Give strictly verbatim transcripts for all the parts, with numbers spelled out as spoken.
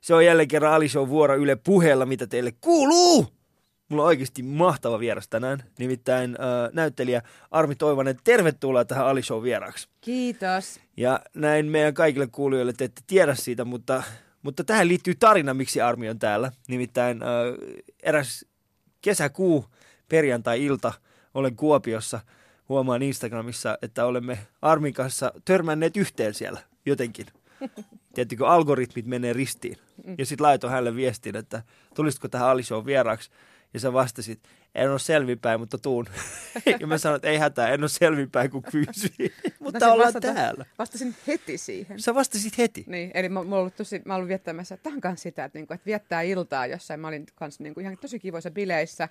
Se on jälleen kerran Ali Show vuoro Yle Puheella, mitä teille kuuluu. Mulla on oikeasti mahtava vieras tänään, nimittäin äh, näyttelijä Armi Toivonen. Tervetuloa tähän Ali Show vieraaksi. Kiitos. Ja näin meidän kaikille kuulijoille, te ette tiedä siitä, mutta, mutta tähän liittyy tarina, miksi Armi on täällä. Nimittäin äh, eräs kesäkuu perjantai-ilta olen Kuopiossa. Huomaan Instagramissa, että olemme Armin kanssa törmänneet yhteen siellä jotenkin. Tiedättekö, algoritmit menee ristiin. Ja sitten laitoin hänelle viestin, että tulisitko tähän Ali Show vieraaksi. Ja sä vastasit, en ole selvinpäin, mutta tuun. Ja mä sanoin, että ei hätää, en ole selvinpäin, kun kysyin. Mutta ollaan vastata, täällä. Vastasin heti siihen. Sä vastasit heti? Niin, eli mä, mä, ollut tosi, mä olin viettämässä tähän kanssa sitä, että, niinku, että viettää iltaa jossain. Mä olin kanssa niinku, ihan tosi kivoissa bileissä.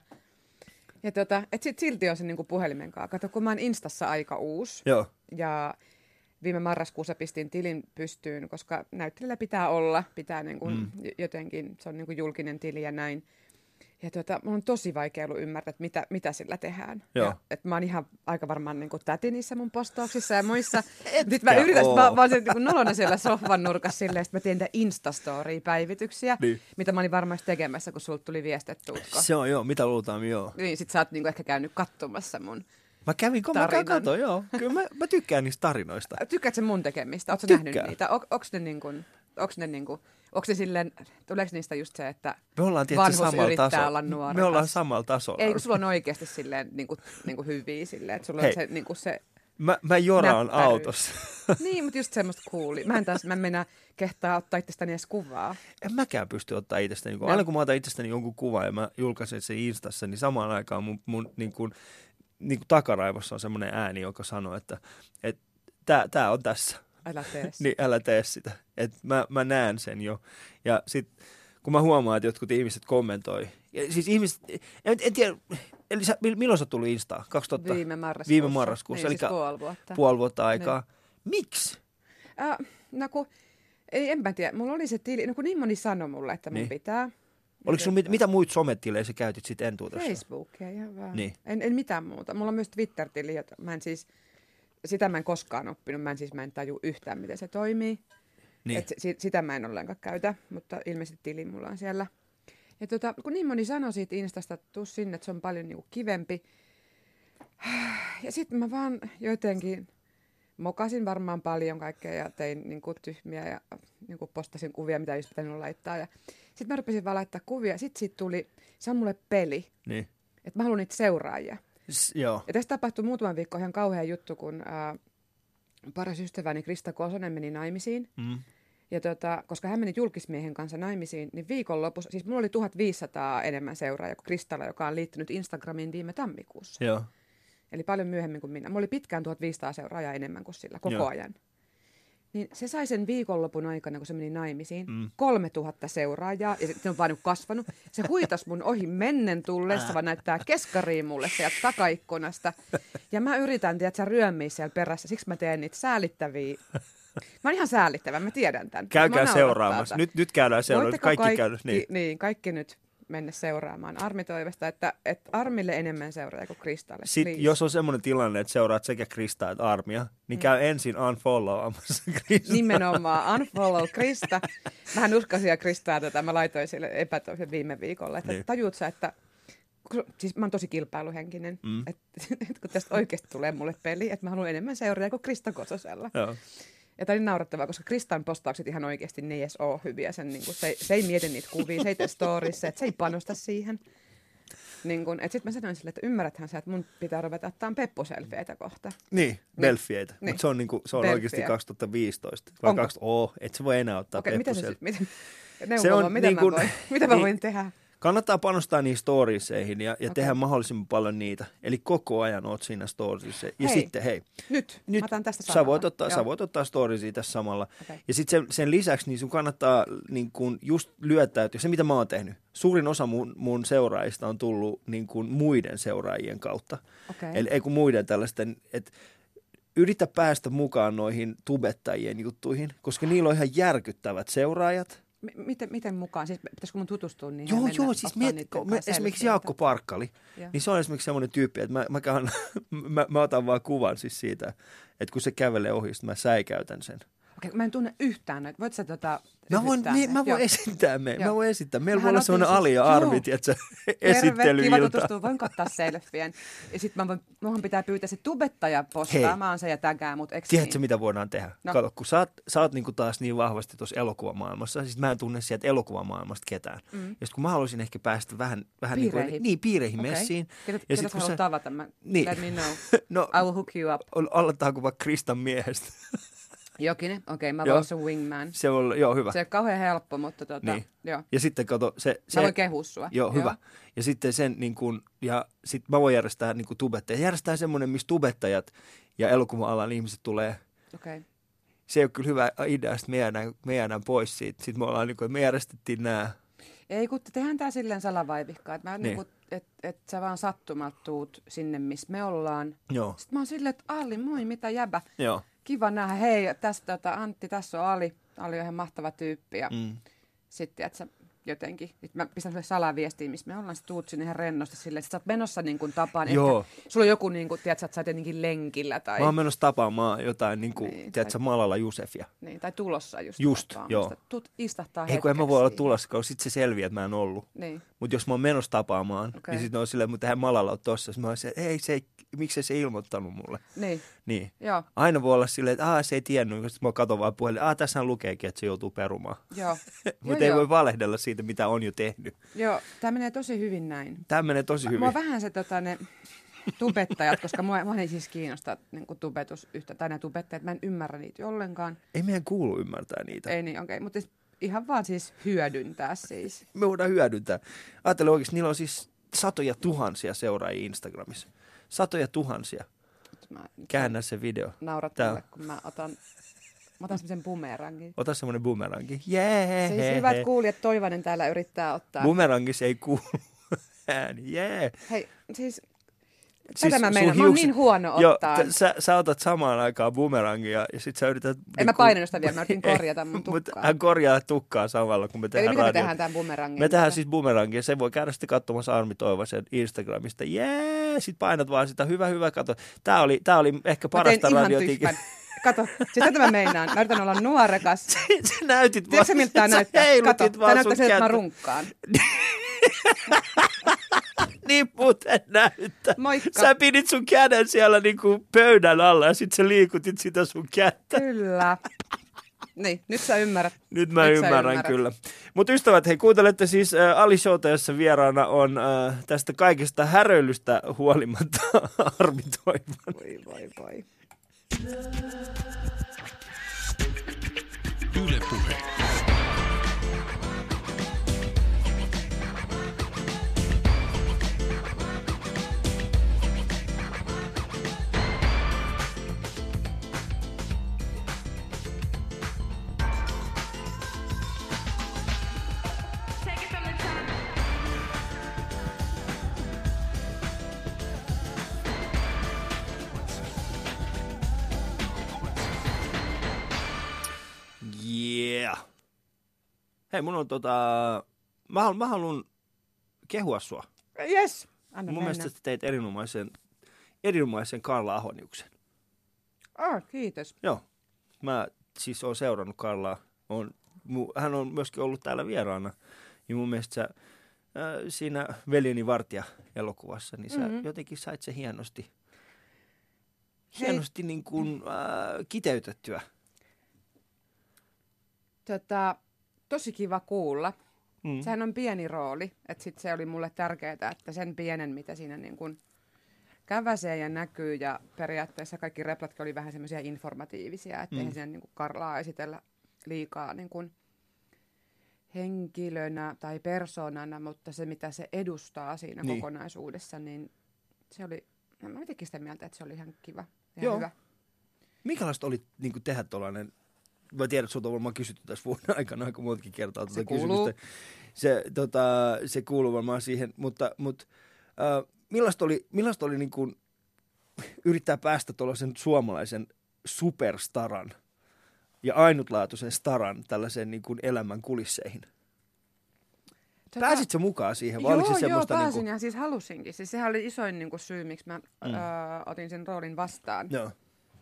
Ja tota, että sit silti on se niinku puhelimen kanssa. Kato, kun mä oon Instassa aika uusi. Joo. Ja viime marraskuussa pistin tilin pystyyn, koska näyttelijällä pitää olla. Pitää niinku mm. jotenkin, se on niinku julkinen tili ja näin. Ja tuota, mulla on tosi vaikea ollut ymmärtää, että mitä, mitä sillä tehdään. Ja, että mä oon ihan aika varmaan niin kuin täti niissä mun postauksissa ja muissa. Nyt mä yritän, mä, mä oon se niin nolona siellä sohvan nurkassa silleen, että mä teen niitä Instastory-päivityksiä, niin. Mitä mä olin varmaan tekemässä, kun sulta tuli viesti, että tuutko. Se on joo, mitä luultaan, joo. Niin, sit sä oot niin kuin ehkä käynyt katsomassa mun Mä kävin, kun tarinan. mä katsoin, joo. Kyllä mä, mä tykkään niistä tarinoista. Tykkäätkö mun tekemistä? Ootko sä nähnyt niitä? O, onks ne niin kuin, onks ne niin kuin, onko se silleen, tuleeko niistä just se, että me ollaan, vanhus samalla yrittää tasolla. olla nuorekas? Me ollaan samalla tasolla. Ei, kun sulla on oikeasti silleen niin kuin, niin kuin hyviä silleen, että sulla Hei, on se, niin kuin se mä, mä joraan näppäry. autossa. Niin, mutta just semmoista kuuli. Mä en taas, mä en mennä kehtaa ottaa itsestäni edes kuvaa. En mäkään pysty ottaa itsestäni. No. Aina kun mä otan itsestäni jonkun kuvan ja mä julkaisen sen Instassa, niin samaan aikaan mun, mun niin kuin, niin kuin takaraivossa on semmoinen ääni, joka sanoo, että, että tää, tää on tässä. Älä tee sitä. Niin, älä tee sitä. Et mä, mä näen sen jo. Ja sit kun mä huomaan, että jotkut ihmiset kommentoi. Ja siis ihmiset, en, en tiedä, eli sä, milloin sä tuli Instaan? kaksituhatta Viime marraskuussa. Viime marraskuussa, niin, eli siis puoli vuotta. Puoli vuotta aikaa. Niin. Miksi? Äh, no kun, ei, en mä tiedä, mulla oli se tili, no kun niin moni sanoi mulle, että mun niin. pitää. Oliko sun, mit, mitä muita sometilejä sä käytit sit entuudessa? Facebookia ihan vaan. Niin. En, en mitään muuta. Mulla on myös Twitter-tili, jota mä en siis, sitä mä en koskaan oppinut. Mä en siis, mä en taju yhtään, miten se toimii. Niin. Et si, sitä mä en ollenkaan käytä, mutta ilmeisesti tili mulla on siellä. Ja tota, kun niin moni sanoi siitä Instasta, että tuu sinne, että se on paljon niinku kivempi. Ja sitten mä vaan jotenkin mokasin varmaan paljon kaikkea ja tein niinku tyhmiä ja niinku postasin kuvia, mitä ei olisi pitänyt laittaa. Ja sitten mä rupesin vaan laittaa kuvia. Sitten siitä tuli, se on mulle peli. Niin. Että mä haluan niitä seuraajia. S- joo. Ja tästä tapahtui muutaman viikko ihan kauhea juttu, kun ää, paras ystäväni Krista Kosonen meni naimisiin. Mm. Ja tota, koska hän meni julkismiehen kanssa naimisiin, niin viikonlopussa, siis mulla oli tuhatviisisataa enemmän seuraajia kuin Kristalla, joka on liittynyt Instagramiin viime tammikuussa. Joo. Eli paljon myöhemmin kuin minä. Mulla oli pitkään tuhatviisisataa seuraajaa enemmän kuin sillä, koko Joo. ajan. Niin se sai sen viikonlopun aikana, kun se meni naimisiin, mm. kolmetuhatta seuraajaa, ja se on vaan nyt kasvanut. Se huitas mun ohi mennen tullessa, vaan näyttää keskariin mulle sieltä takaikkunasta. Ja mä yritän, tiedät sä, ryömiä siellä perässä, siksi mä teen niitä säälittäviä. Mä oon ihan säälittävä, mä tiedän tämän. Käykää seuraamassa. Nyt, nyt käydään seuraamassa. Kaikki, kaikki käydään. Niin. niin, kaikki nyt mennä seuraamaan Armi Toivosta, että, että Armille enemmän seuraajia kuin Kristalle. Sitten jos on semmoinen tilanne, että seuraat sekä Kristaa että Armia, niin käy mm. ensin unfollowamassa Kristaa. Nimenomaan, unfollow Krista. Mähän uskasin ja Kristaa tätä, mä laitoin sille epätoisen viime viikolla, että niin. Tajuut sä, että siis mä oon tosi kilpailuhenkinen, mm. että, että kun tästä oikeasti tulee mulle peli, että mä haluan enemmän seuraajia kuin Krista Kososella. Joo. Ja tämä oli naurattavaa, koska Kristan postaukset ihan oikeasti ne ei edes ole hyviä. Sen, niin kuin, se, se ei mieti niitä kuvia, se ei tee storissa, että se ei panosta siihen. Niin sitten mä sanoin sille, että ymmärräthän sä, että mun pitää ruveta ottaa peppuselfieitä kohta. Niin, belfieitä. Niin. Mutta se on, niinku, se on oikeasti kaksituhattaviisitoista. Vai kaksi, oh, et se voi enää ottaa okay, peppuselfieitä. Se on mitä, niin kun, mä voin, mitä mä niin, voin tehdä? Kannattaa panostaa niihin storieseihin ja, ja okay. tehdä mahdollisimman paljon niitä. Eli koko ajan oot siinä storiesissa. Ja hei, sitten hei. Nyt, nyt mä otan tästä sä voit ottaa, sä voit ottaa storiesia tässä samalla. Okay. Ja sitten sen, sen lisäksi niin sun kannattaa niin kun just lyöttäytyä. Se mitä mä oon tehnyt. Suurin osa mun, mun seuraajista on tullut niin kun muiden seuraajien kautta. Okay. Eli ei kun muiden tällaisten, että yritä päästä mukaan noihin tubettajien juttuihin, koska niillä on ihan järkyttävät seuraajat. Miten, miten mukaan? Siis pitäisikö mun tutustua niihin? Joo, joo, siis miet, me, esimerkiksi Jaakko Parkkali, ja. Niin se on esimerkiksi semmoinen tyyppi, että mä, mä, käyn, mä, mä otan vaan kuvan siis siitä, että kun se kävelee ohi, mä säikäytän sen. Okei, mä en tunne yhtään näitä. Voit sä tota Mä voin, esittää niin, ne? mä voin Joo. esittää me. Mä Joo. voin esittää. Meillä voi Mähän olla otin sellainen siis- Ali ja Armi, tiedätkö, Terve, kiva esittelyilta. tutustua. Voin kattaa selfien. Ja sit mä voin, munhan pitää pyytää se tubettaja postaamaan se ja tägää mut. Eks Tiedätkö, niin? mitä voidaan tehdä? No. Kato, kun sä oot, sä oot niinku taas niin vahvasti tuossa elokuvamaailmassa, siis mä en tunne sieltä elokuvamaailmasta ketään. Mm. Ja sit kun mä haluaisin ehkä päästä vähän, vähän Piireihin. Niin, kuin, niin piireihin Okei. messiin. Ketä, Ja ketä sit sä kun haluat sä- tavata? Mä, Niin. Let me know. No, I will hook you up. aloitetaanko vaikka Kristan miehestä? Jokinen? Okei, okay, mä Joo. voin se wingman. Se on, joo, hyvä. Se on kauhean helppo, mutta tota, Niin. joo. Ja sitten kato, se... se Mä voin kehua sua. Joo, hyvä. Ja sitten sen niin kuin, ja sit mä voin järjestää niin kuin tubettajat. Järjestää semmoinen, missä tubettajat ja elokuva-alan ihmiset tulee. Okei. Okay. Se ei ole kyllä hyvä idea, että me jäädään, me jäädään pois siitä. Sitten me ollaan niin kuin, me järjestettiin nämä. Ei, kun tehdään tää silleen salavaivihkaa, että Niin. niinku, et, et sä vaan sattumalta tuut sinne, missä me ollaan. Joo. Sitten mä oon silleen, että Ali, moi, mitä jäbä. Joo. Kiva nähdä. Hei, tästä tota, Antti, tässä on Ali. Ali on ihan mahtava tyyppi. Ja Mm. sitten, että sä jotenkin, sit mä pistän sulle salaviestiin, missä me ollaan, sä tuut sinne ihan rennosti silleen, että sä oot menossa niin kuin tapaan. Joo. Ehkä sulla on joku, niin kuin, tiedät, sä oot sä oot jotenkin lenkillä tai, Mä oon menossa tapaamaan jotain, niin kuin, Niin, tiedätkö, tai- Malala Jusefia. niin, tai tulossa just. Just, tapaan. joo. Musta Tuut istahtaa Ei kun en mä voi olla hetkeksi tulossa, koska sit se selviää, että mä en ollut. siihen. Niin. Mutta jos mä oon menossa tapaamaan, Okei. niin sitten ne on silleen, mutta eihän Malala ole tossa. Sitten mä oon se, ei, se ei, miksei se ilmoittanut mulle. Niin, Niin. joo, Aina voi olla silleen, että aah, se ei tiennyt, sitten mä katon vaan puhelin, aah, tässähän lukeekin, että se joutuu perumaan. joo. Mutta ei voi valehdella siitä, mitä on jo tehnyt. Joo, tämä menee tosi hyvin näin. Tämä menee tosi hyvin. Mua vähän se tota, ne tubettajat, koska mua, mua ei siis kiinnosta niin kuin tubetus yhtä, tai ne tubettajat, mä en ymmärrä niitä ollenkaan. Ei meidän kuulu ymmärtää niitä. Ei niin, okei, okay. Mutta ihan vaan siis hyödyntää siis. Me voidaan hyödyntää. Ajattele oikeasti, niillä on siis satoja tuhansia seuraajia Instagramissa. Satoja tuhansia. Mä Käännä se video. naurat Tää. mulle, kun mä otan, mä otan semmoisen bumerangin. Ota semmoinen bumerangi. Jee. Siis hyvät kuulijat, Toivanen täällä yrittää ottaa. Bumerangissa ei kuulu ääni. Jee. Hei, siis Siis tätä mä sun meinaan, mä oon hiukset- niin huono Joo, ottaa. t- sä, sä otat samaan aikaan bumerangia ja sit sä yrität... En mä painanut sitä vielä, mä yritin korjata mun Mutta tukkaa. hän korjaa tukkaa samalla, kun me Eli tehdään mitä me radiota. tehdään tämän bumerangin? Me tehdään siis bumerangia, se voi käydä sitten katsomassa Armi Toivasen Instagramista. Jee, sit painat vaan sitä, hyvä, hyvä, kato. Tää oli, tää oli ehkä Mä tein parasta ihan radiotikin. tyhmän. Kato, siis tätä mä meinaan. Mä yritän olla nuorekas. Sä näytit Tiedätkö sä, miltä tää sä näyttää? heilutit Kato, vaan tää näyttää sun siltä, että mä kättä. runkkaan. Niin muuten näyttää. Moikka. Sä pidit sun käden siellä niinku pöydän alla ja sit sä liikutit sitä sun kättä. Kyllä. Niin, nyt sä ymmärrät. Nyt mä Nyt sä ymmärrän ymmärrät. kyllä. Mutta ystävät, hei, kuuntelette siis äh, Ali Showta, jossa vieraana on äh, tästä kaikesta häröilystä huolimatta Armi Toivonen. Voi, voi, voi. Yle Puhe. Yeah. Hei, mun on tota... Mä, haluan, mä haluan kehua sua. Yes. Anna Mun mennä. mielestä sä teit erinomaisen, erinomaisen Karla Ahoniuksen. Ah, kiitos. Joo. Mä siis oon seurannut Karlaa. On, mu, hän on myöskin ollut täällä vieraana. Ja mun mielestä sä äh, siinä Veljeni Vartija-elokuvassa, niin sä mm-hmm. jotenkin sait se hienosti, hienosti niin kuin, äh, kiteytettyä. Tota, tosi kiva kuulla. Mm. Sehän on pieni rooli, että sit se oli mulle tärkeää, että sen pienen, mitä siinä niin kun käväsee ja näkyy, ja periaatteessa kaikki replatkin oli vähän semmoisia informatiivisia, että mm. eihän siinä niin kun Karlaa esitellä liikaa niin kun henkilönä tai persoonana, mutta se mitä se edustaa siinä niin. kokonaisuudessa, niin se oli, mä olin jotenkin sitä mieltä, että se oli ihan kiva, ihan Joo. hyvä. Minkälaista oli niin kuin tehdä tuollainen, mä tiedän, että sulta on varmaan kysytty tässä vuoden aikana aika montakin kertaa tuota Se kuuluu. kysymystä. Se, tota, se kuuluu varmaan siihen, mutta, mutta äh, millaista oli, millaista oli niin kuin yrittää päästä tuollaisen suomalaisen superstaran ja ainutlaatuisen staran tällaiseen niin kuin elämän kulisseihin? Tota, Pääsitkö mukaan siihen vai Joo, oliko se joo, semmoista pääsin niin kuin... ja siis halusinkin. Siis sehän oli isoin niin kuin, syy, miksi mä mm. ö, otin sen roolin vastaan. Joo.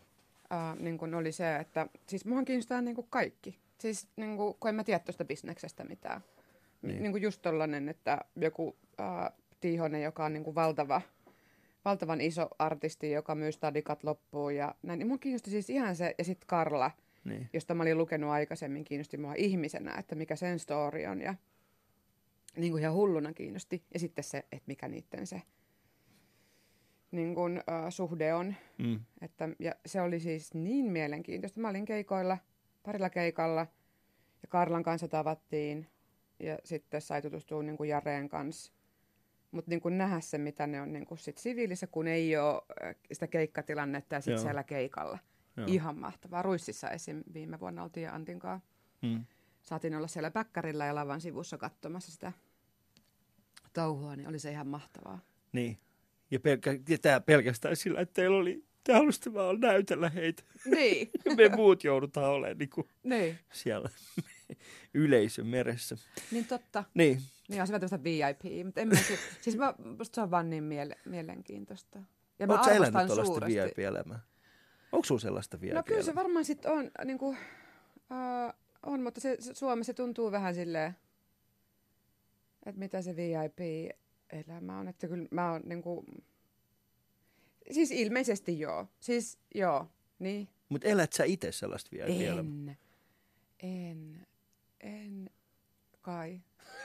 äh, niin kun oli se, että siis muhan kiinnostaa niin kuin kaikki. Siis niin kuin, kun en mä tiedä tuosta bisneksestä mitään. Niin. Niin kuin just tollanen, että joku äh, Tiihonen, joka on niin kuin valtava, valtavan iso artisti, joka myy stadikat loppuun ja näin. Niin mun kiinnosti siis ihan se, ja sitten Karla, niin. josta mä olin lukenut aikaisemmin, kiinnosti mua ihmisenä, että mikä sen story on. Ja niin kuin ihan hulluna kiinnosti. Ja sitten se, että mikä niitten se niin kuin, äh, suhde on. Mm. Että, ja se oli siis niin mielenkiintoista. Mä olin keikoilla, parilla keikalla, ja Karlan kanssa tavattiin. Ja sitten sai tutustua niin kuin Jareen kanssa. Mutta niin nähdä se, mitä ne on niin kuin sit siviilissä, kun ei ole sitä keikkatilannetta ja sitten siellä keikalla. Joo. Ihan mahtavaa. Ruississa esim. Viime vuonna oltiin Antin kanssa. Hmm. Saatiin olla siellä päkkärillä ja lavan sivussa katsomassa sitä touhua, niin oli se ihan mahtavaa. Niin. Ja, pelkä, ja tämä pelkästään sillä, että teillä oli, te halusitte vaan näytellä heitä. Niin. Me muut joudutaan olemaan niin kuin niin. siellä yleisön meressä. Niin totta. Niin. Niin on se vähän tämmöistä V I P, mutta en mä, siis mä, musta se on vaan niin miele, mielenkiintoista. Ja mä Oletko sä elänyt tuollaista V I P-elämää? Onko sulla sellaista V I P-elämää? No kyllä se varmaan sitten on, niin kuin, uh, on, mutta se, se, Suomessa se tuntuu vähän silleen, että mitä se V I P-elämä on. Että kyllä mä oon niin kuin, siis ilmeisesti joo. Siis joo, niin. Mutta elät sä itse sellaista V I P-elämää? En, en, en kai.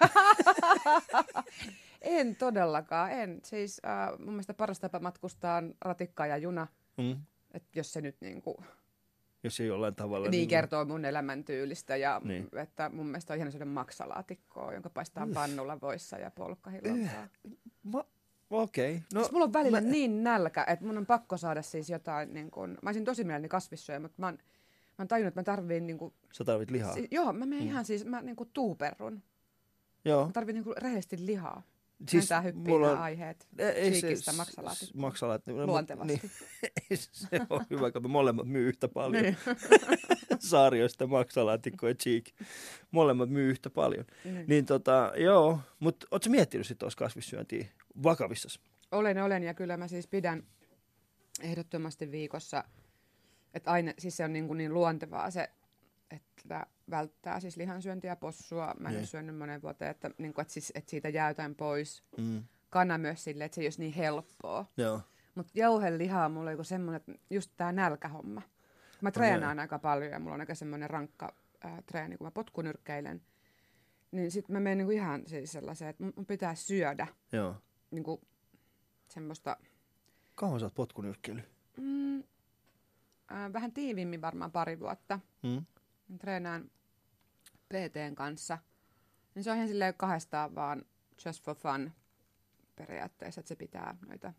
En todellakaan, en. Siis äh, mun mielestä paras tapa matkustaa on ratikka ja juna. Mm. Et jos se nyt niinku jos se jollain tavalla niin, niin kertoo mun elämäntyylistä ja niin. että mun mielestä on ihan sellainen maksalaatikkoa, jonka paistaa mm. pannulla voissa ja polkkahilottaa. Ma- Okei. Okay. No, siis mulla on välillä mä... niin nälkä, että mun on pakko saada siis jotain, niin kun, mä olisin tosi mielelläni kasvissyöjä, mutta mä oon, mä oon tajunnut, että mä tarviin niin kuin, sä tarvit lihaa? Si- joo, mä menen mm. ihan siis, mä niin kuin tuuperrun. Joo. Mä tarvitsen niin rehellisesti lihaa. Siis tää hyppii on... nämä aiheet. Ei Siikistä maksalaatikkoa. Maksalaatikkoa. Luontevasti. Niin, se on hyvä, kun me molemmat myy yhtä paljon. Niin. Saarioista maksalaatikkoa ja cheek. Molemmat myy yhtä paljon. Niin, niin tota, joo. Mutta ootko sä miettinyt sit tuossa kasvissyöntiä vakavissasi? Olen, olen. Ja kyllä mä siis pidän ehdottomasti viikossa, että aina, siis se on niin, kuin niin luontevaa se, että välttää siis lihansyöntiä ja possua. Mä en ole syönyt monen vuoteen, että, niin kuin, että, siis, että siitä jää jotain pois. Mm. Kana myös silleen, että se ei olisi niin helppoa. Mutta jauhelihaa on mulla joku semmoinen, että just tää nälkähomma. Mä treenaan no, aika paljon ja mulla on aika semmoinen rankka ää, treeni, kun mä potkunyrkkeilen. Niin sit mä menen niinku ihan siis sellaiseen, että mun pitää syödä. Joo. Niinku semmoista... Kauan sä oot potkunyrkkeily? Mm, ää, vähän tiiviimmin varmaan pari vuotta. Mm. Treenaan P T:n kanssa. Niin se on ihan silleen kahdestaan vaan just for fun periaatteessa, että se pitää noita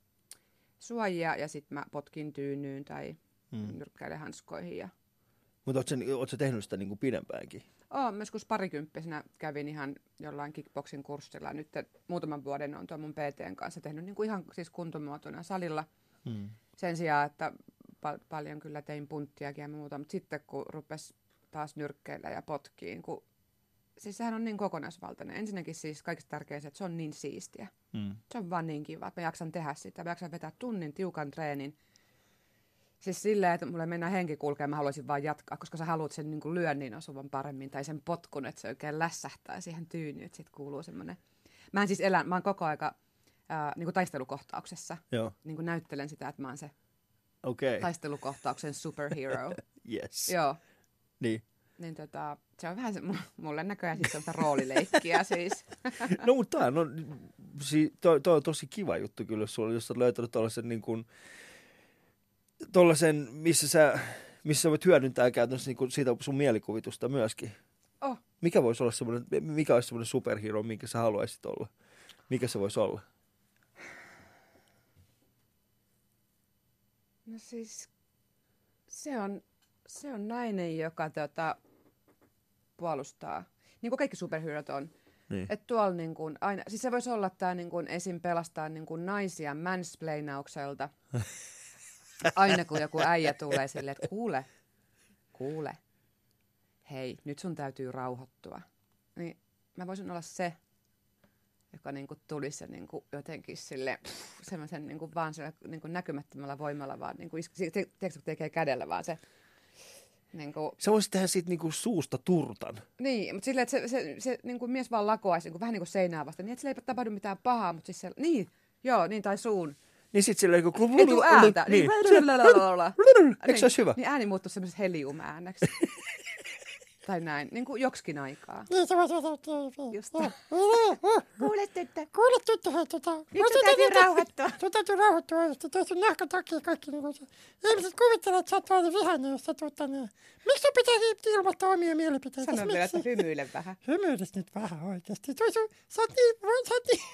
suojia ja sit mä potkin tyynyyn tai mm. nyrkkäilen hanskoihin. Ja... Mutta ootko sä tehnyt sitä niinku pidempäänkin? Oon, myös kun parikymppisenä kävin ihan jollain kickboxin kurssilla. Nyt muutaman vuoden on tuon mun P T:n kanssa tehnyt niinku ihan siis kuntomuotona salilla. Mm. Sen sijaan, että pal- paljon kyllä tein punttiakin ja muuta, mutta sitten kun rupesi taas nyrkkeillä ja potkiin, kun siis sehän on niin kokonaisvaltainen. Ensinnäkin siis kaikista tärkeintä, että se on niin siistiä. Mm. Se on vaan niin kiva, että mä jaksan tehdä sitä. Mä jaksan vetää tunnin tiukan treenin. Siis silleen, että mulle mennään henki kulkeen, mä haluaisin vaan jatkaa, koska sä haluat sen niin kuin lyönnin osuvan paremmin tai sen potkun, että se oikein lässähtää siihen tyynyyn, että siitä kuuluu semmoinen. Mä en siis elän, mä oon koko aika ää, niin kuin taistelukohtauksessa. Joo. Niin kuin näyttelen sitä, että mä oon se okay. taistelukohtauksen superhero. Yes. Joo. Niin. Niin tota, se on vähän se, mulle näköjään siis sellaista roolileikkiä siis. No mutta no, si, toi, toi on tosi kiva juttu kyllä sulla, jos olet löytänyt tollasen niin kuin, tollasen, missä sä, missä sä voit hyödyntää käytännössä niin kuin siitä sun mielikuvitusta myöskin. Oh. Mikä voisi olla semmoinen, mikä olisi semmoinen superhero, minkä sä haluaisit olla? Mikä se voisi olla? No siis, se on... Se on nainen, joka tota, puolustaa, niin kuin kaikki superherot on. Niin. Että tuolla niin kuin, aina, siis se voisi olla tämä niin kuin, esim. Pelastaa niin kuin naisia mansplainaukselta. Aina kun joku äijä tulee silleen, että kuule, kuule, hei, nyt sun täytyy rauhoittua. Niin mä voisin olla se, joka niin kuin tulisi niin kuin jotenkin sille semmoisen niin kuin vaan sille, niin kuin näkymättömällä voimalla vaan niin kuin tiedätkö, tekee kädellä vaan se niin kuin, sä voisit tehdä siitä niin kuin suusta turtan. Niin, mutta silleen, että se, se, se niin kuin mies vaan lakoaisi niin kuin, vähän niin kuin seinää vasta, niin että sillä ei tapahdu mitään pahaa, mutta siis se, niin, joo, niin tai suun. Niin sit sillä niin kuin... Ei tuu ääntä. Niin. Eikö se olisi hyvä? Niin ääni muuttuu semmoisessa helium-ääneksi. Tai näin, niin kuin joksikin aikaa. Niin se voisi olla. Just. Kuule tyttö. Kuule tyttö, hei tota. Nyt sun täytyy rauhoittua. Sun täytyy rauhoittua oikeasti. Toi sun nahka takia kaikki niinku se. Ihmiset kuvittelee, että sä oot vaan vihainen, jos sä tuut tänne. Miksi sun pitää ilmoittaa omia mielipiteitä? Sanon vielä, että hymyile vähän. Hymyilis nyt vähän oikeasti. Toi sun, sä oot niin, sä oot niin.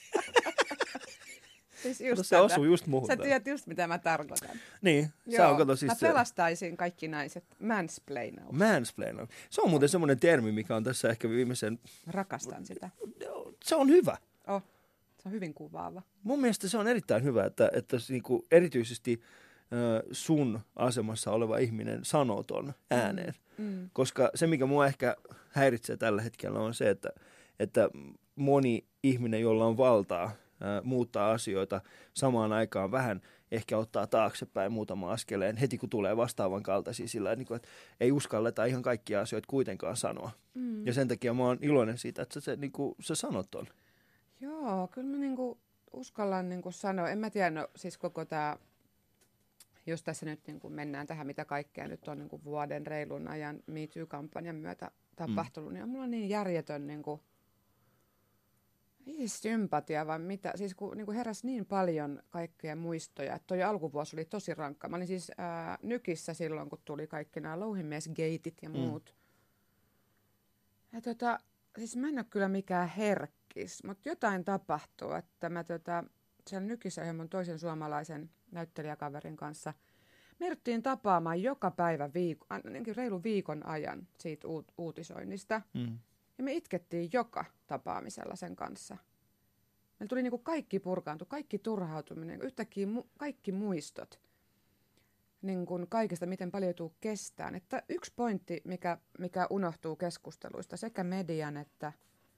Siis just no, se osuu just muuhun. Sä tiedät just, mitä mä tarkoitan. Niin, joo, sä on kato siis mä se... pelastaisin kaikki naiset. Mansplainaus. Mansplainaus. Se on muuten semmoinen termi, mikä on tässä ehkä viimeisen... Rakastan sitä. Se on hyvä. Oh, se on hyvin kuvaava. Mun mielestä se on erittäin hyvä, että, että niinku erityisesti äh, sun asemassa oleva ihminen sanoo ton ääneen. Mm. Mm. Koska se, mikä mua ehkä häiritsee tällä hetkellä, on se, että, että moni ihminen, jolla on valtaa, muuttaa asioita samaan aikaan vähän, ehkä ottaa taaksepäin muutama askeleen heti kun tulee vastaavan kaltaisia sillä tavalla, että ei uskalleta ihan kaikkia asioita kuitenkaan sanoa. Mm. Ja sen takia mä oon iloinen siitä, että sä, niin kuin, sä sanot ton. Joo, kyllä mä niin kuin uskallan niin kuin sanoa. En mä tiedä, no, siis koko tää, jos tässä nyt niin kuin mennään tähän, mitä kaikkea nyt on niin kuin vuoden reilun ajan Me Too-kampanjan myötä tapahtunut, mm. niin on mulla niin järjetön niin kuin ei siis sympatia, vaan mitä, siis kun niin kuin heräsi niin paljon kaikkea muistoja, että toi alkuvuosi oli tosi rankka. Mä olin siis ää, Nykissä silloin, kun tuli kaikki nämä louhimies-geitit ja muut. Mm. Ja tota, siis mä en ole kyllä mikään herkkis, mutta jotain tapahtuu, että mä tota, siellä Nykissä yhden mun toisen suomalaisen näyttelijäkaverin kanssa me eduttiin tapaamaan joka päivä viik- ainakin reilun viikon ajan siitä uut- uutisoinnista. Mm. Ja me itkettiin joka tapaamisella sen kanssa. Meillä tuli niinku kaikki purkaantu, kaikki turhautuminen, yhtäkkiä mu- kaikki muistot niin kuin kaikesta, miten paljon joutuu kestään. Että yksi pointti, mikä, mikä unohtuu keskusteluista, sekä median että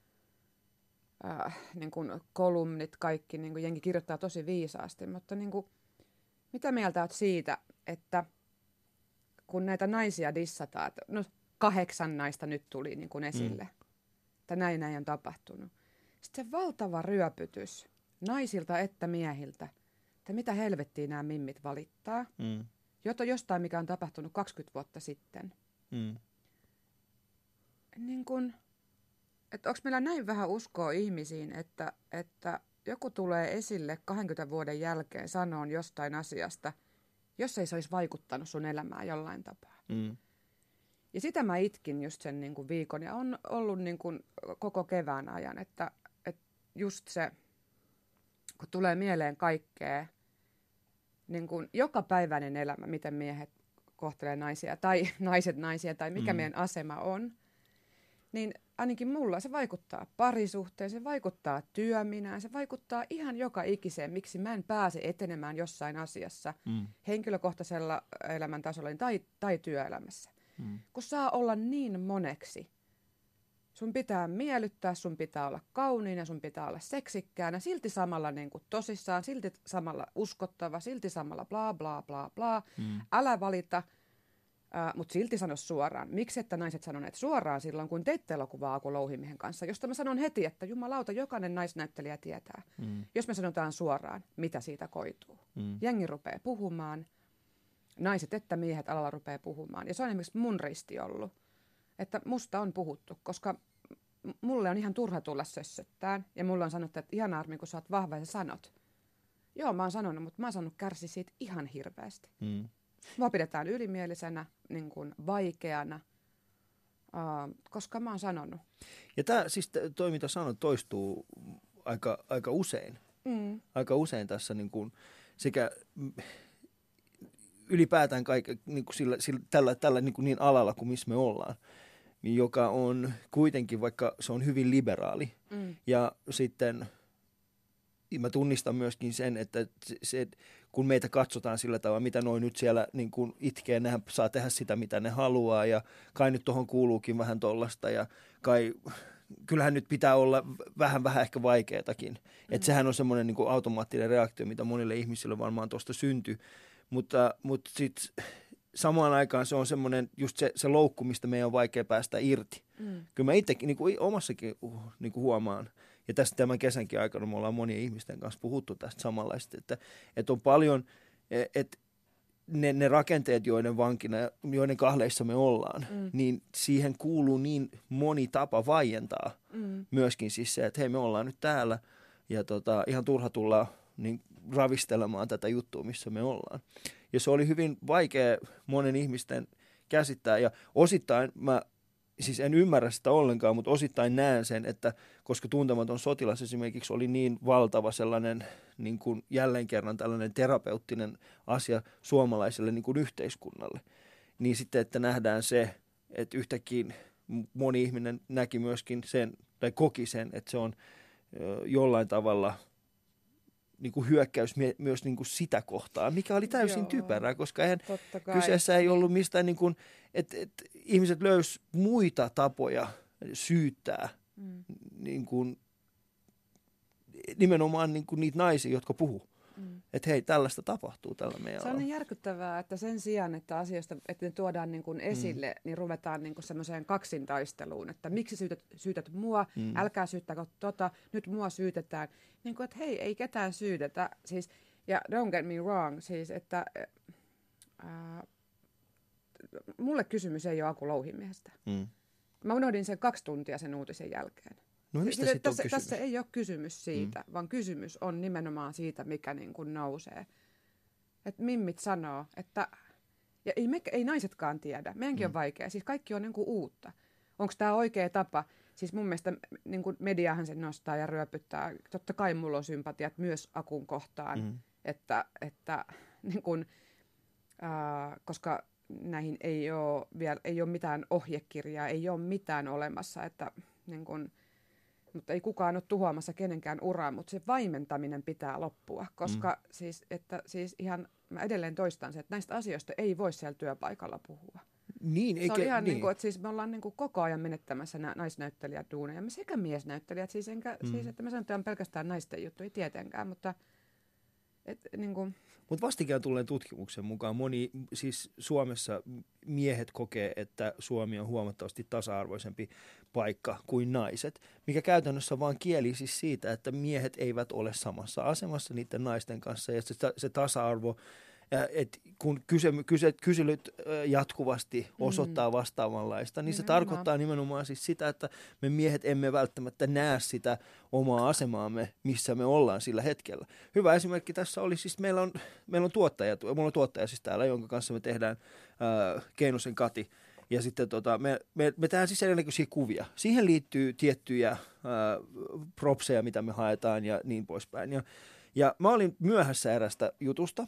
äh, niin kuin kolumnit, kaikki, niin kuin jengi kirjoittaa tosi viisaasti, mutta niin kuin, mitä mieltä olet siitä, että kun näitä naisia dissataan, että no kahdeksan naista nyt tuli niin kuin esille, mm. että näin näin on tapahtunut. Sitten se valtava ryöpytys naisilta että miehiltä, että mitä helvettiä nämä mimmit valittaa, mm. jotta jostain, mikä on tapahtunut kaksikymmentä vuotta sitten. Mm. Niin kun, että onko meillä näin vähän uskoa ihmisiin, että, että joku tulee esille kahdenkymmenen vuoden jälkeen sanoon jostain asiasta, jos ei se olisi vaikuttanut sun elämään jollain tapaa. Mm. Ja sitä mä itkin just sen niin kuin viikon ja on ollut niin kuin koko kevään ajan, että, että just se, kun tulee mieleen kaikkea, niin kuin jokapäiväinen elämä, miten miehet kohtelee naisia tai naiset naisia tai mikä mm. meidän asema on, niin ainakin mulla se vaikuttaa parisuhteen, se vaikuttaa työminään, se vaikuttaa ihan joka ikiseen, miksi mä en pääse etenemään jossain asiassa mm. henkilökohtaisella elämäntasolla tai, tai työelämässä. Mm. Kun saa olla niin moneksi. Sun pitää miellyttää, sun pitää olla kauniina, sun pitää olla seksikkäänä, silti samalla niin kuin tosissaan, silti samalla uskottava, silti samalla bla bla bla bla. Mm. Älä valita, äh, mutta silti sano suoraan. Miksi että naiset sanoneet suoraan silloin, kun teitte elokuvaa Aku Louhimiehen kanssa, josta mä sanon heti, että jumalauta, jokainen naisnäyttelijä tietää. Mm. Jos me sanotaan suoraan, mitä siitä koituu. Mm. Jengi rupeaa puhumaan. Naiset että miehet alalla rupeaa puhumaan. Ja se on esimerkiksi mun risti ollut, että musta on puhuttu, koska mulle on ihan turha tulla sössöttään. Ja mulle on sanottu, että ihan Armi, kun sä oot vahva ja sanot. Joo, mä oon sanonut, mutta mä oon saanut kärsiä siitä ihan hirveästi. Mm. Mua pidetään ylimielisenä, niin kuin vaikeana, uh, koska mä oon sanonut. Ja tää, siis toi, mitä sanot, toistuu aika, aika usein. Mm. Aika usein tässä niin kuin sekä... ylipäätään kaikki, niin kuin sillä, sillä, tällä, tällä niin, kuin niin alalla kuin missä me ollaan, joka on kuitenkin, vaikka se on hyvin liberaali. Mm. Ja sitten mä tunnistan myöskin sen, että se, se, kun meitä katsotaan sillä tavalla, mitä noin nyt siellä niin kuin itkee, nehän saa tehdä sitä, mitä ne haluaa, ja kai nyt tuohon kuuluukin vähän tollasta, ja kai kyllähän nyt pitää olla vähän vähän ehkä vaikeatakin. Mm. Että sehän on semmoinen niin kuin automaattinen reaktio, mitä monille ihmisille varmaan tuosta syntyy. Mutta, mutta sitten samaan aikaan se on semmoinen just se, se loukku, mistä meidän on vaikea päästä irti. Mm. Kyllä mä itsekin niin kuin omassakin niin kuin huomaan, ja tästä tämän kesänkin aikana me ollaan monien ihmisten kanssa puhuttu tästä samanlaista, että, että on paljon, että ne, ne rakenteet, joiden vankina, joiden kahleissa me ollaan, mm. niin siihen kuuluu niin moni tapa vaientaa mm. myöskin siis se, että hei, me ollaan nyt täällä ja tota, ihan turha tulla niin ravistelemaan tätä juttua, missä me ollaan. Ja se oli hyvin vaikea monen ihmisten käsittää ja osittain mä siis en ymmärrä sitä ollenkaan, mutta osittain näen sen, että koska Tuntematon sotilas esimerkiksi oli niin valtava sellainen niin kuin jälleen kerran tällainen terapeuttinen asia suomalaiselle niin kuin yhteiskunnalle, niin sitten, että nähdään se, että yhtäkkiä moni ihminen näki myöskin sen, tai koki sen, että se on jollain tavalla niin kuin hyökkäys myös niin kuin sitä kohtaa, mikä oli täysin Joo, typerää, koska eihän kyseessä ei ollut mistään, niin kuin, että, että ihmiset löysivät muita tapoja syyttää mm. niin kuin, nimenomaan niin kuin niitä naisia, jotka puhuu. Mm. Että hei, tällaista tapahtuu tällä meidän Se on niin järkyttävää, että sen sijaan, että asioista että ne tuodaan niin kuin esille, mm. niin ruvetaan niin kuin semmoiseen kaksintaisteluun, että miksi syytät, syytät mua, mm. älkää syyttäkö tota, nyt mua syytetään. Niin kuin, että hei, ei ketään syytetä. Siis, ja don't get me wrong, siis, että ää, mulle kysymys ei ole Aku Louhimiehestä. Mm. Mä unohdin sen kaksi tuntia sen uutisen jälkeen. No mistä Sille, sitten on tässä, kysymys? Tässä ei ole kysymys siitä, mm. vaan kysymys on nimenomaan siitä, mikä niin kuin nousee. Että mimmit sanoo, että ja ei, me, ei naisetkaan tiedä. Meidänkin mm. on vaikea. Siis kaikki on niin kuin uutta. Onko tämä oikea tapa? Siis mun mielestä niin kuin mediahan sen nostaa ja ryöpyttää. Totta kai mulla on sympatiat myös Akun kohtaan, mm. että, että niin kuin, äh, koska näihin ei ole, vielä, ei ole mitään ohjekirjaa, ei ole mitään olemassa, että niin kuin, mutta ei kukaan ole tuhoamassa kenenkään uraa, mutta se vaimentaminen pitää loppua, koska mm. siis, että, siis ihan, mä edelleen toistan se, että näistä asioista ei voi siellä työpaikalla puhua. Niin, se eikä, on ihan niin. niin kuin, että siis me ollaan niin kuin koko ajan menettämässä nä- naisnäyttelijät duuneja, me sekä miesnäyttelijät, siis, enkä, mm. siis että me sanotaan pelkästään naisten juttu, ei tietenkään, mutta et, niin kuin Mutta vastikään tulleen tutkimuksen mukaan moni, siis Suomessa miehet kokee, että Suomi on huomattavasti tasa-arvoisempi paikka kuin naiset, mikä käytännössä vaan kieli siis siitä, että miehet eivät ole samassa asemassa niiden naisten kanssa ja se, se tasa-arvo, että kun kyse, kyse, kyselyt jatkuvasti osoittaa vastaavanlaista, niin se nimenomaan tarkoittaa nimenomaan siis sitä, että me miehet emme välttämättä näe sitä omaa asemaamme, missä me ollaan sillä hetkellä. Hyvä esimerkki tässä oli siis, meillä on, meillä on tuottaja, mulla on tuottaja siis täällä, jonka kanssa me tehdään äh, Keinosen Kati. Ja sitten tota, me, me, me tehdään siis erinäköisiä kuvia. Siihen liittyy tiettyjä äh, propseja, mitä me haetaan ja niin poispäin. Ja, ja mä olin myöhässä erästä jutusta.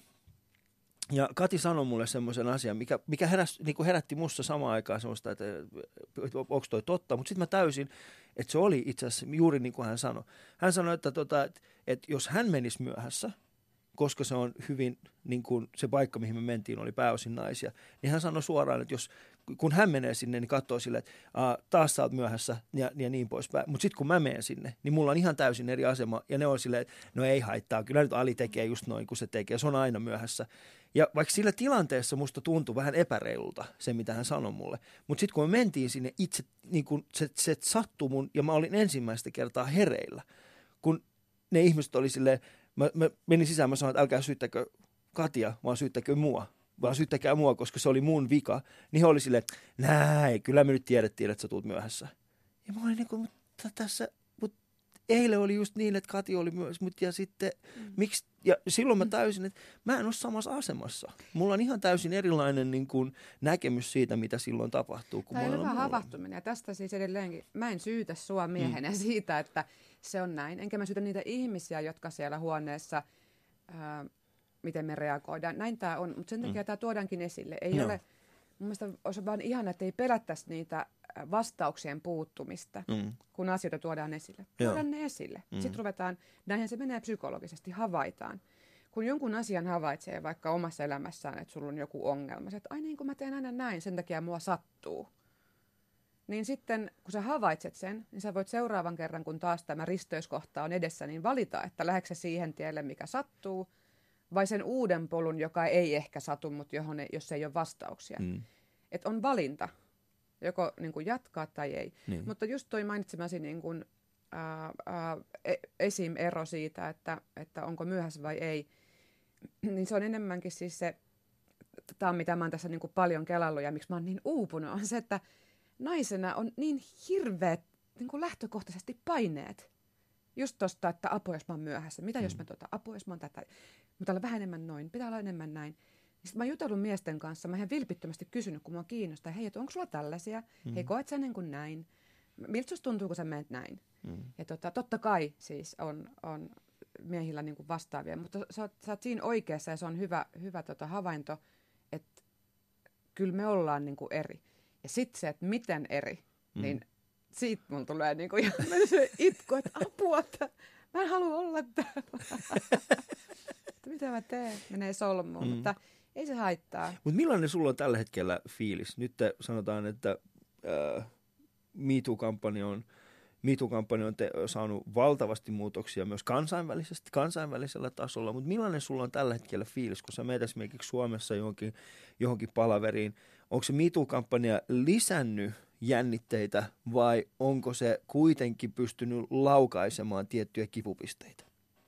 Ja Kati sanoi mulle semmoisen asian, mikä, mikä heräs, niin kuin herätti musta samaan aikaan semmoista, että onko toi totta. Mutta sitten mä täysin, että se oli itse asiassa juuri niin kuin hän sanoi. Hän sanoi, että, tota, että, että jos hän menisi myöhässä, koska se on hyvin, niin kuin se paikka, mihin me mentiin, oli pääosin naisia, niin hän sanoi suoraan, että jos, kun hän menee sinne, niin katsoo silleen, että taas sä oot myöhässä ja, ja niin poispäin. Mutta sitten kun mä menen sinne, niin mulla on ihan täysin eri asema ja ne on silleen, että no ei haittaa, kyllä nyt Ali tekee just noin kuin se tekee, se on aina myöhässä. Ja vaikka sillä tilanteessa musta tuntui vähän epäreilulta se, mitä hän sanoi mulle. Mutta sitten kun me mentiin sinne, itse niin kun se, se sattui mun, ja mä olin ensimmäistä kertaa hereillä, kun ne ihmiset oli silleen, mä, mä menin sisään, mä sanoin, että älkää syyttäkö Katia, vaan syyttäkö mua. Vaan syyttäkää mua, koska se oli mun vika. Niin he oli silleen, näin, kyllä me nyt tiedettiin, että sä tulet myöhässä. Ja mä olin niin kuin, mutta tässä, mutta eilen oli just niin, että Kati oli myös, mutta ja sitten, mm. miksi, ja silloin mä täysin, että mä en ole samassa asemassa. Mulla on ihan täysin erilainen niin kuin, näkemys siitä, mitä silloin tapahtuu. Tämä on hyvä havahtuminen, ja tästä siis edelleenkin, mä en syytä sua miehenä mm. siitä, että se on näin. Enkä mä syytä niitä ihmisiä, jotka siellä huoneessa, ää, miten me reagoidaan. Näin tämä on, mutta sen takia mm. tämä tuodaankin esille. Ei no. ole, mun mielestä olisi vaan ihana, että ei pelättäisi niitä vastauksien puuttumista, mm. kun asioita tuodaan esille. Tuodaan ne esille. Mm. Sitten ruvetaan, näinhän se menee psykologisesti, havaitaan. Kun jonkun asian havaitsee vaikka omassa elämässään, että sulla on joku ongelma, että ai niin kun mä teen aina näin, sen takia mua sattuu. niin sitten kun sä havaitset sen, niin sä voit seuraavan kerran, kun taas tämä risteyskohta on edessä, niin valita, että lähdetkö siihen tielle, mikä sattuu, vai sen uuden polun, joka ei ehkä satu, mutta johon ei, jos ei ole vastauksia. Mm. Että on valinta, joko niin kuin jatkaa tai ei. Niin. Mutta just toi mainitsemasi niin kuin, ää, ää, esim. Ero siitä, että, että onko myöhässä vai ei, niin se on enemmänkin siis se, tämä on mitä mä oon tässä niin kuin paljon kelannut ja miksi mä oon niin uupunut, on se, että naisena on niin hirveät niin kuin lähtökohtaisesti paineet. Just tosta, että apua, jos mä oon myöhässä. Mitä mm. jos mä tuota, apua, jos mä oon tätä. Pitää olla vähän enemmän noin, pitää olla enemmän näin. Sitten mä oon jutellut miesten kanssa, mä ihan vilpittömästi kysynyt, kun mua kiinnostaa, hei, että onko sulla tällaisia? Mm. Hei, koet sä niin kuin näin? Miltä susta tuntuu, kun sä menet näin? Mm. Ja tota, totta kai siis on, on miehillä niin kuin vastaavia, mutta sä oot, sä oot siinä oikeassa ja se on hyvä, hyvä tota havainto, että kyllä me ollaan niin kuin eri. Ja sitten se, että miten eri, mm. niin siitä mulla tulee niin kuin ihan se itku, että apua, että mä en halua olla täällä. Että mitä mä teen? Menee solmuun, mm. mutta ei se haittaa. Mutta millainen sulla on tällä hetkellä fiilis? Nyt sanotaan, että äh, Me Too-kampanja on, Me Too-kampanja on te, saanut valtavasti muutoksia myös kansainvälisesti, kansainvälisellä tasolla, mutta millainen sulla on tällä hetkellä fiilis, kun sä menet esimerkiksi Suomessa johonkin, johonkin palaveriin? Onko se Me Too-kampanja lisännyt jännitteitä vai onko se kuitenkin pystynyt laukaisemaan tiettyjä kipupisteitä?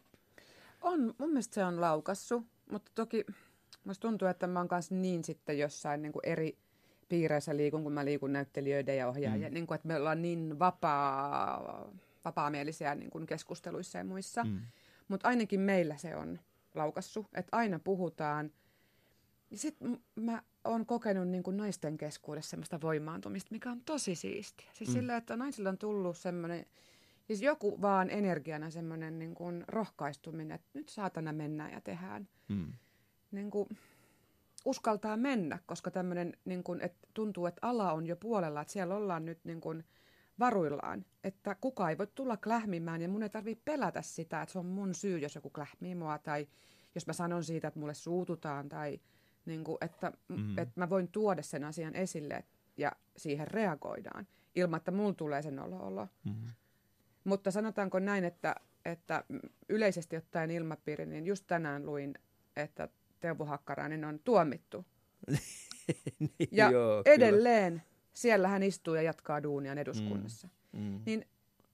On, mun mielestä se on laukassu, mutta toki musta tuntuu, että mä oon kanssa niin sitten jossain niin kuin eri piireissä liikun, kun mä liikun näyttelijöiden ja ohjaajien, mm. niin kuin, että me ollaan niin vapaa, vapaamielisiä niin kuin keskusteluissa ja muissa, mm. mutta ainakin meillä se on laukassu, että aina puhutaan. Ja sitten mä oon kokenut niin kuin naisten keskuudessa semmoista voimaantumista, mikä on tosi siistiä. Siis mm. sillä, että naisilla on tullut semmoinen, siis joku vaan energiana semmoinen niin kuin rohkaistuminen, että nyt saatana mennään ja tehdään. Mm. Niin kuin uskaltaa mennä, koska tämmöinen, niin kuin, että tuntuu, että ala on jo puolella, että siellä ollaan nyt niin kuin varuillaan, että kukaan ei voi tulla klähmimään ja mun ei tarvitse pelätä sitä, että se on mun syy, jos joku klähmii mua tai jos mä sanon siitä, että mulle suututaan tai niin kuin, että, mm-hmm. että mä voin tuoda sen asian esille ja siihen reagoidaan ilman, että mulla tulee sen olo-olo. Mm-hmm. Mutta sanotaanko näin, että, että yleisesti ottaen ilmapiiri, niin just tänään luin, että Teuvo Hakkarainen on tuomittu. niin, ja joo, edelleen kyllä. Siellä hän istuu ja jatkaa duuniaan eduskunnassa. Mm, mm. Niin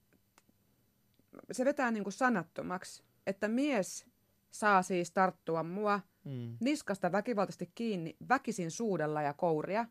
se vetää niin kuin sanattomaksi, että mies saa siis tarttua mua mm. niskasta väkivaltaisesti kiinni, väkisin suudella ja kouria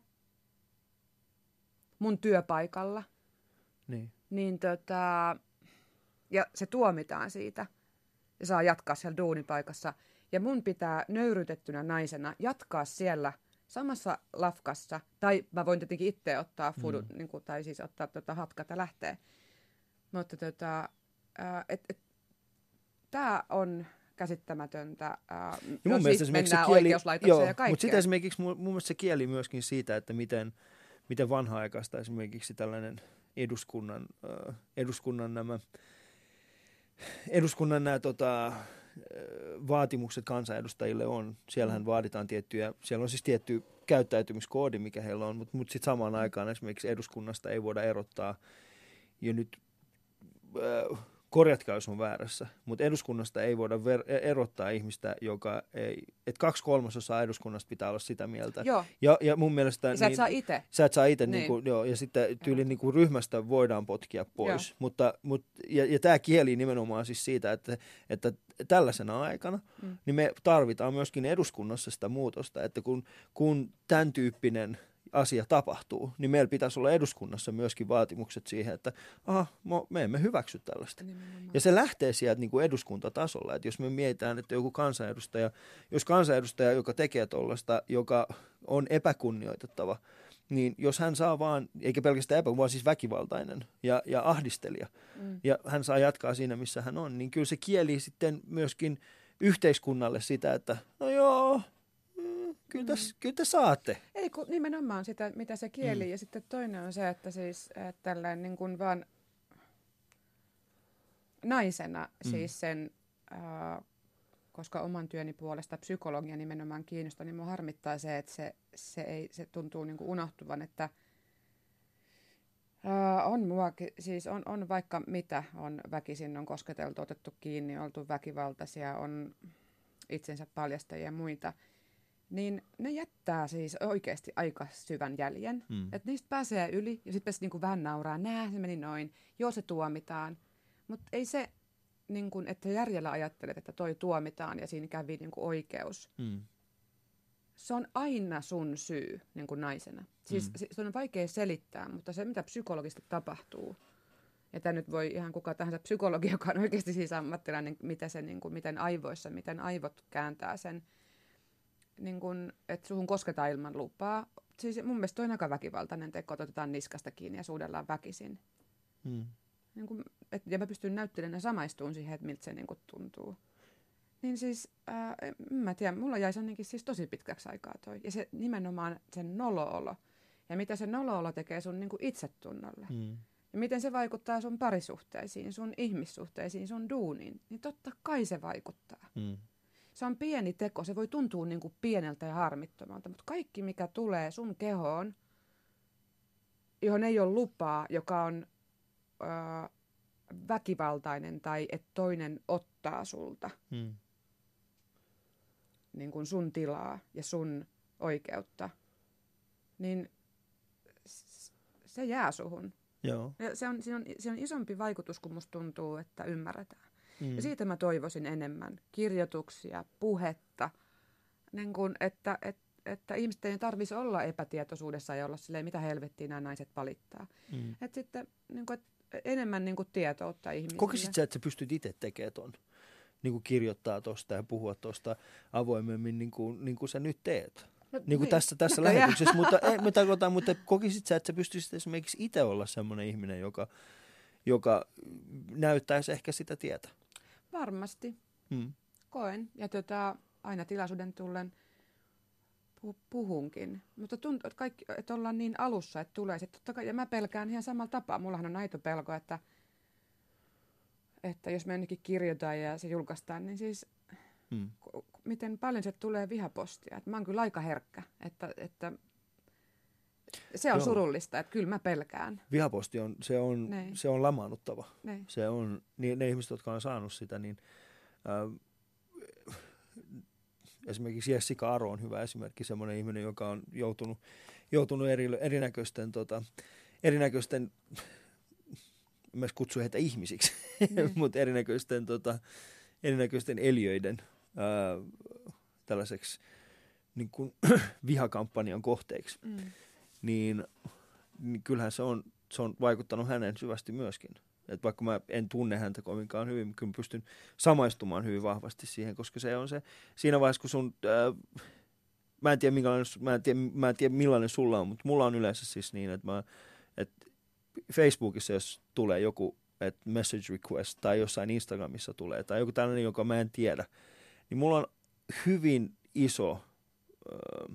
mun työpaikalla. Niin. Niin tota, ja se tuomitaan siitä ja saa jatkaa siellä duunipaikassa. Ja mun pitää nöyrytettynä naisena jatkaa siellä samassa lafkassa, tai mä voin tietenkin itse ottaa foodut, mm. niin kuin, tai siis ottaa tota hatkat ja lähteä. Mutta tota, et, et, tää on käsittämätöntä, ää, ja mun siis mennään kieli, oikeuslaitokseen ja kaikkea. Mutta sitä esimerkiksi mun, mun mielestä se kieli myöskin siitä, että miten, miten vanha-aikaista esimerkiksi tällainen eduskunnan, äh, eduskunnan nämä, eduskunnan nämä tota, vaatimukset kansanedustajille on. Siellähän vaaditaan tiettyjä, siellä on siis tietty käyttäytymiskoodi, mikä heillä on, mutta, mutta sitten samaan aikaan esimerkiksi eduskunnasta ei voida erottaa, ja nyt äh, korjatkaa, jos on väärässä, mutta eduskunnasta ei voida ver- erottaa ihmistä, joka ei, että kaksi kolmasosaa eduskunnasta pitää olla sitä mieltä. Joo. Ja, ja mun mielestä... Ja sä et niin, saa itse. Sä et saa itse, niin. Niin joo, ja sitten tyylin niin ryhmästä voidaan potkia pois. Mutta, mutta, ja, ja tämä kieli nimenomaan siis siitä, että, että tällaisena aikana mm. niin me tarvitaan myöskin eduskunnassa sitä muutosta, että kun, kun tämän tyyppinen asia tapahtuu, niin meillä pitäisi olla eduskunnassa myöskin vaatimukset siihen, että aha, me emme hyväksy tällaista. Nimenomaan. Ja se lähtee sieltä niin kuin eduskuntatasolla, että jos me mietitään, että joku kansanedustaja, jos kansanedustaja, joka tekee tuollaista, joka on epäkunnioitettava, niin jos hän saa vaan, eikä pelkästään epä, vaan siis väkivaltainen ja, ja ahdistelija, mm. ja hän saa jatkaa siinä, missä hän on, niin kyllä se kieli sitten myöskin yhteiskunnalle sitä, että no joo, Kyllä, täs, kyllä te saatte. Ei, kun nimenomaan sitä, mitä se kieli. Mm. Ja sitten toinen on se, että siis että tällainen niin kuin vaan naisena mm. siis sen, äh, koska oman työni puolesta psykologia nimenomaan kiinnostaa, niin minua harmittaa se, että se, se, ei, se tuntuu niin kuin unohtuvan, että Uh, on mua, siis on, on vaikka mitä, on väkisin, on kosketeltu, otettu kiinni, oltu väkivaltaisia, on itsensä paljastajia ja muita, niin ne jättää siis oikeasti aika syvän jäljen. Mm. Että niistä pääsee yli ja sitten niinku vähän nauraa, nää se meni noin, joo se tuomitaan, mutta ei se, niin kun, että järjellä ajattelet, että toi tuomitaan ja siinä kävi niinku oikeus. Mm. Se on aina sun syy niin kuin naisena. Siis mm. se on vaikea selittää, mutta se mitä psykologisesti tapahtuu, ja tämä nyt voi ihan kuka tahansa psykologi, joka on oikeasti siis ammattilainen, mitä se, niin kuin, miten aivoissa, miten aivot kääntää sen, niin kuin, että suhun kosketaan ilman lupaa. Siis mun mielestä toi on aika väkivaltainen teko, että otetaan niskasta kiinni ja suudellaan väkisin. Mm. Niin kuin, et, ja mä pystyn näyttelemään ja samaistumaan siihen, että miltä se niin kuin tuntuu. Niin siis, ää, mä tiedän, mulla jäi se ainakin siis tosi pitkäksi aikaa toi. Ja se nimenomaan sen nolo-olo. Ja mitä se nolo-olo tekee sun niin kuin itsetunnolle. Mm. Ja miten se vaikuttaa sun parisuhteisiin, sun ihmissuhteisiin, sun duuniin. Niin totta kai se vaikuttaa. Mm. Se on pieni teko, se voi tuntua niin kuin pieneltä ja harmittomalta. Mutta kaikki mikä tulee sun kehoon, johon ei ole lupaa, joka on ää, väkivaltainen tai että toinen ottaa sulta. Mm. Niin kuin sun tilaa ja sun oikeutta, niin se jää suhun. Joo. Ja se, on, se, on, se on isompi vaikutus, kun musta tuntuu, että ymmärretään. Mm. Ja siitä mä toivoisin enemmän kirjoituksia, puhetta, niin kuin, että, että, että ihmiset ei tarvitsisi olla epätietoisuudessa ja olla silleen, mitä helvettiä nämä naiset valittaa. Mm. Että sitten niin kuin, että enemmän niin kuin tietoutta ihmisille. Kokisit sä, että sä pystyt itse tekemään ton? Niin kuin kirjoittaa tuosta ja puhua tuosta avoimemmin, niin kuin, niin kuin sä nyt teet. No, niin kuin niin. tässä, tässä lähetyksessä. Mutta, ei, me tarkoitan, mutta kokisit sä, että sä pystyisit esimerkiksi itse olla semmoinen ihminen, joka, joka näyttäisi ehkä sitä tietä? Varmasti. Hmm. Koen. Ja tota, aina tilaisuuden tullen puhunkin. Mutta tuntuu, että, kaikki, että ollaan niin alussa, että tulee sitten totta kai. Ja mä pelkään ihan samalla tapaa. Mullahan on aito pelko, että että jos me jonnekin kirjoitaan ja se julkaistaan, niin siis hmm. k- miten paljon se tulee vihapostia. Et mä oon kyllä aika herkkä, että, että se on Joo. surullista, että kyllä mä pelkään. Vihaposti on, se on, se on lamaannuttava. Nein. Se on, niin, ne ihmiset, jotka on saanut sitä, niin äh, esimerkiksi Jessica Aro on hyvä esimerkki, semmoinen ihminen, joka on joutunut, joutunut eri, erinäköisten, tota, erinäköisten mä kutsun heitä ihmisiksi, mm. mutta erinäköisten, tota, erinäköisten eliöiden ää, tällaiseksi niin kuin vihakampanjan kohteeksi, mm. niin, niin kyllähän se on, se on vaikuttanut hänen syvästi myöskin. Et vaikka mä en tunne häntä kovinkaan hyvin, kyllä pystyn samaistumaan hyvin vahvasti siihen, koska se on se siinä vaiheessa, kun sun, ää, mä en tiedä millainen, mä en tiedä, mä en tiedä millainen sulla on, mutta mulla on yleensä siis niin, että mä, että Facebookissa, jos tulee joku että message request tai jossain Instagramissa tulee tai joku tällainen, joka mä en tiedä, niin mulla on hyvin iso äh,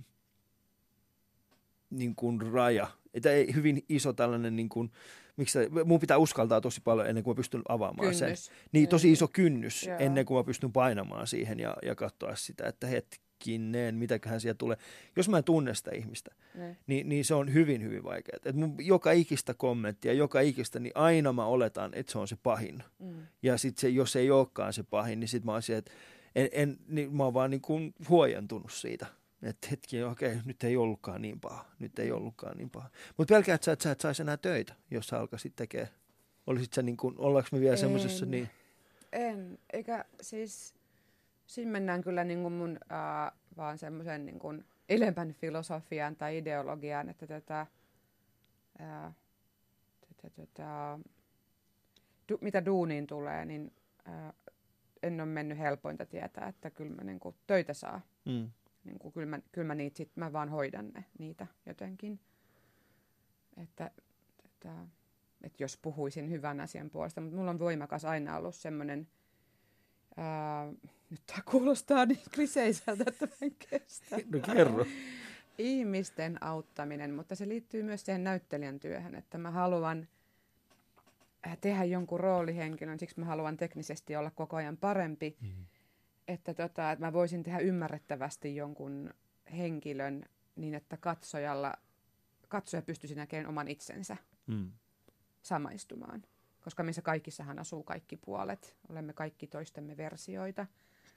niin kuin raja. Että ei, hyvin iso tällainen, niin kuin, miksi mun pitää uskaltaa tosi paljon ennen kuin mä pystyn avaamaan kynnys. sen. Niin, tosi iso kynnys Joo. ennen kuin mä pystyn painamaan siihen ja, ja katsoa sitä, että hetkinen, mitäköhän siellä tulee. Jos mä en tunne sitä ihmistä, niin, niin se on hyvin, hyvin vaikeaa. Et mun joka ikistä kommenttia, joka ikistä, niin aina mä oletan, että se on se pahin. Mm. Ja sitten se, jos ei olekaan se pahin, niin sitten mä oon siellä, että en, en, niin mä oon vaan niin kuin huojentunut siitä. Että hetki, okei, nyt ei ollutkaan niin paha, nyt ei ollutkaan niin paha. Mutta pelkäät sä, että sä et saisi enää töitä, jos sä alkaisit tekemään. Olisit sä niin kuin, ollaanko me vielä semmoisessa niin? En, eikä siis, siinä mennään kyllä niin kuin mun äh, vaan semmoisen niin kuin ylempän filosofiaan tai ideologiaan, että tätä, äh, tätä, tätä du, mitä duuniin tulee, niin äh, en ole mennyt helpointa tietää, että kyllä mä niin kuin töitä saa. Mm. Niin kuin kyllä, mä, kyllä mä niitä sit, mä vaan hoidan ne, niitä jotenkin. Että, että, että jos puhuisin hyvän asian puolesta, mutta mulla on voimakas aina ollut semmoinen, ää, nyt tämä kuulostaa niin kliseiseltä, että mä en kestä. No kerro. Ihmisten auttaminen, mutta se liittyy myös siihen näyttelijän työhön, että mä haluan tehdä jonkun roolihenkilön, siksi mä haluan teknisesti olla koko ajan parempi. Mm. Että, tota, että mä voisin tehdä ymmärrettävästi jonkun henkilön niin, että katsojalla, katsoja pystyisi näkemään oman itsensä. Mm. samaistumaan. Koska meissä kaikissahan asuu kaikki puolet. Olemme kaikki toistemme versioita.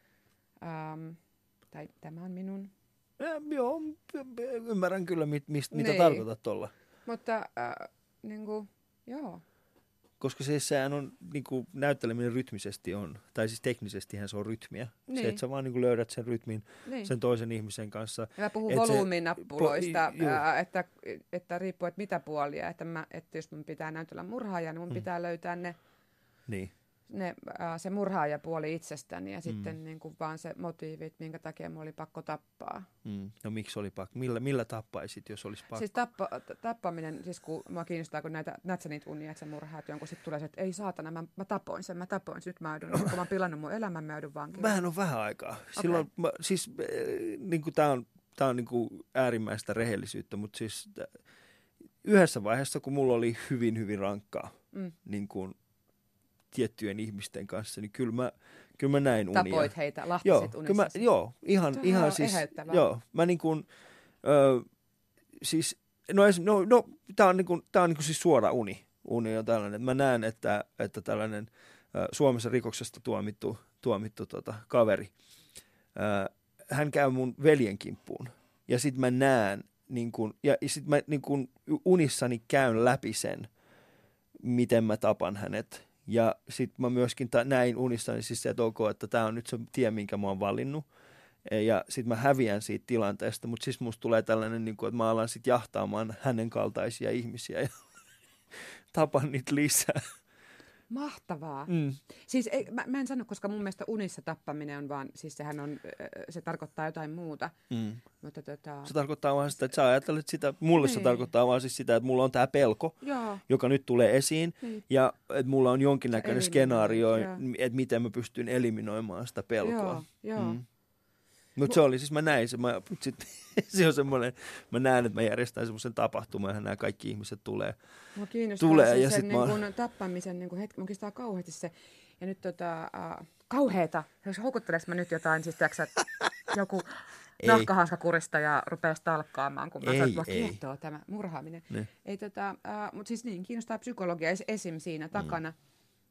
Ähm, tai tämä on minun. Ja, joo, ymmärrän kyllä, mit, mist, mitä niin. tarkoitat tuolla. Mutta äh, niin kuin, joo. Koska se, sehän on, niin kuin näytteleminen rytmisesti on, tai siis teknisestihän se on rytmiä. Niin. Se, että sä vaan niin kuin löydät sen rytmin niin. sen toisen ihmisen kanssa. Mä puhun volyyminappuloista, po, ää, että, että riippuu, että mitä puolia. Että, mä, että jos mun pitää näytellä murhaaja, niin mun mm. pitää löytää ne, niin. ne, ää, se murhaajapuoli itsestäni ja mm. sitten niin kuin vaan se motiivit, minkä takia mun oli pakko tappaa. Mm. No miksi oli pakko? Millä, millä tappaisit, jos olisi pakko? Siis tappa, tappaminen, siis kun mua kiinnostaa, kun näitä, näet sä niitä unia, että sä murhaat jonkun, sit tulee se, että ei saatana, mä, mä tapoin sen, mä tapoin sen, nyt mä joudun, kun mä oon pilannut mun elämän, mä joudun vankilaan. Vähän on vähän aikaa. Silloin, okay. mä, siis niin kuin tää on, tää on niin kuin äärimmäistä rehellisyyttä, mutta siis yhdessä vaiheessa, kun mulla oli hyvin, hyvin rankkaa, mm. niin kuin tiettyjen ihmisten kanssa, niin kyllä mä, kyllä mä näin unia. Tapoit heitä, lahtisit unissa. Mä, joo, ihan, ihan siis, joo, mä niin kuin, ö, siis, no, no, no tää on niin kuin, tää on niin kuin siis suora uni, uni on tällainen, mä näen, että, että tällainen ö, Suomessa rikoksesta tuomittu, tuomittu tota, kaveri, ö, hän käy mun veljen kimppuun, ja sit mä näen, niin kuin, ja sit mä niin kuin unissani käyn läpi sen, miten mä tapan hänet. Ja sitten mä myöskin ta- näin unissani siis se, että ok, että tämä on nyt se tie, minkä mä oon valinnut. Ja sitten mä häviän siitä tilanteesta, mutta siis musta tulee tällainen, niin kuin, että mä alan sitten jahtaamaan hänen kaltaisia ihmisiä ja tapan niitä lisää. Mahtavaa. Mm. Siis ei, mä, mä en sano, koska mun mielestä unissa tappaminen on vaan, siis sehän on, se tarkoittaa jotain muuta. Mm. Mutta tota... Se tarkoittaa vaan sitä, että sä ajattelet sitä, mulle niin. Se tarkoittaa vaan siis sitä, että mulla on tää pelko, Joo. joka nyt tulee esiin. Niin. Ja että mulla on jonkinnäköinen skenaario, että miten mä pystyn eliminoimaan sitä pelkoa. Joo, joo. Mm. Mutta se oli, siis mä näin se, mä, sit, se on semmoinen, mä näen, että mä järjestän semmoisen tapahtuman ja nämä kaikki ihmiset tulee. Mua kiinnostaa tulee, se ja sen niin kun, mä... tappamisen niin kun hetki, mun kiinnostaa kauheasti se, ja nyt tota, uh, kauheeta, jos houkutteleeko mä nyt jotain, siis tiiäksä, joku nahkahanskakurista ja rupeaa stalkkaamaan, kun mä sanon, että mua kiehtoo tämä murhaaminen. Ne. Ei tota, uh, mutta siis niin, kiinnostaa psykologia es, esim. Siinä takana. Mm.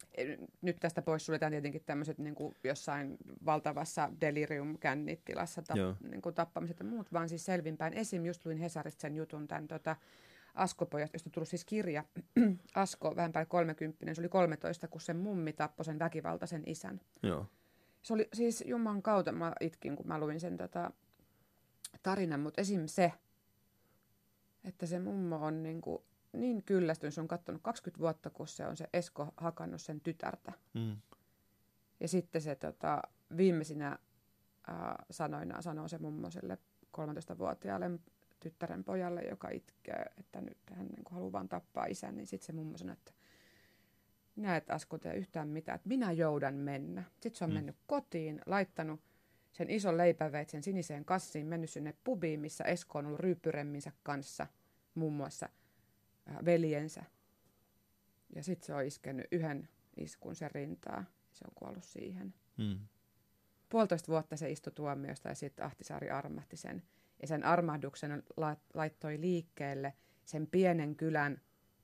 Nyt tästä pois suljetaan tietenkin tämmöiset niin kuin jossain valtavassa delirium-kännittilassa tap- niin kuin tappamiset ja muut, vaan siis selvinpäin. Esim. Just luin Hesarista sen jutun tämän tota, Asko-pojasta, josta on tullut siis kirja. Asko, vähän päälle kolmekymppinen, se oli kolmetoista, kun sen mummi tappoi sen väkivaltaisen isän. Joo. Se oli siis Juman kautta, mä itkin, kun mä luin sen tota, tarinan, mutta esim. Se, että se mummo on niin kuin niin kyllästynyt, se on katsonut kaksikymmentä vuotta, kun se on se Esko hakannut sen tytärtä. Mm. Ja sitten se tota, viimeisinä äh, sanoina sanoo se mummo sille kolmetoistavuotiaalle tyttären pojalle, joka itkee, että nyt hän niin haluaa vaan tappaa isän, niin sitten se mummo sanoo, että minä et Asko tee yhtään mitään, että minä joudan mennä. Sitten se on mm. mennyt kotiin, laittanut sen ison leipäveitsen siniseen kassiin, mennyt sinne pubiin, missä Esko on ollut ryyppyremminsä kanssa muun muassa veljensä. Ja sitten se on iskenyt yhden iskun sen rintaa. Se on kuollut siihen. Hmm. Puolitoista vuotta se istui tuomiosta ja sitten Ahtisaari armahti sen. Ja sen armahduksen la- laittoi liikkeelle sen pienen kylän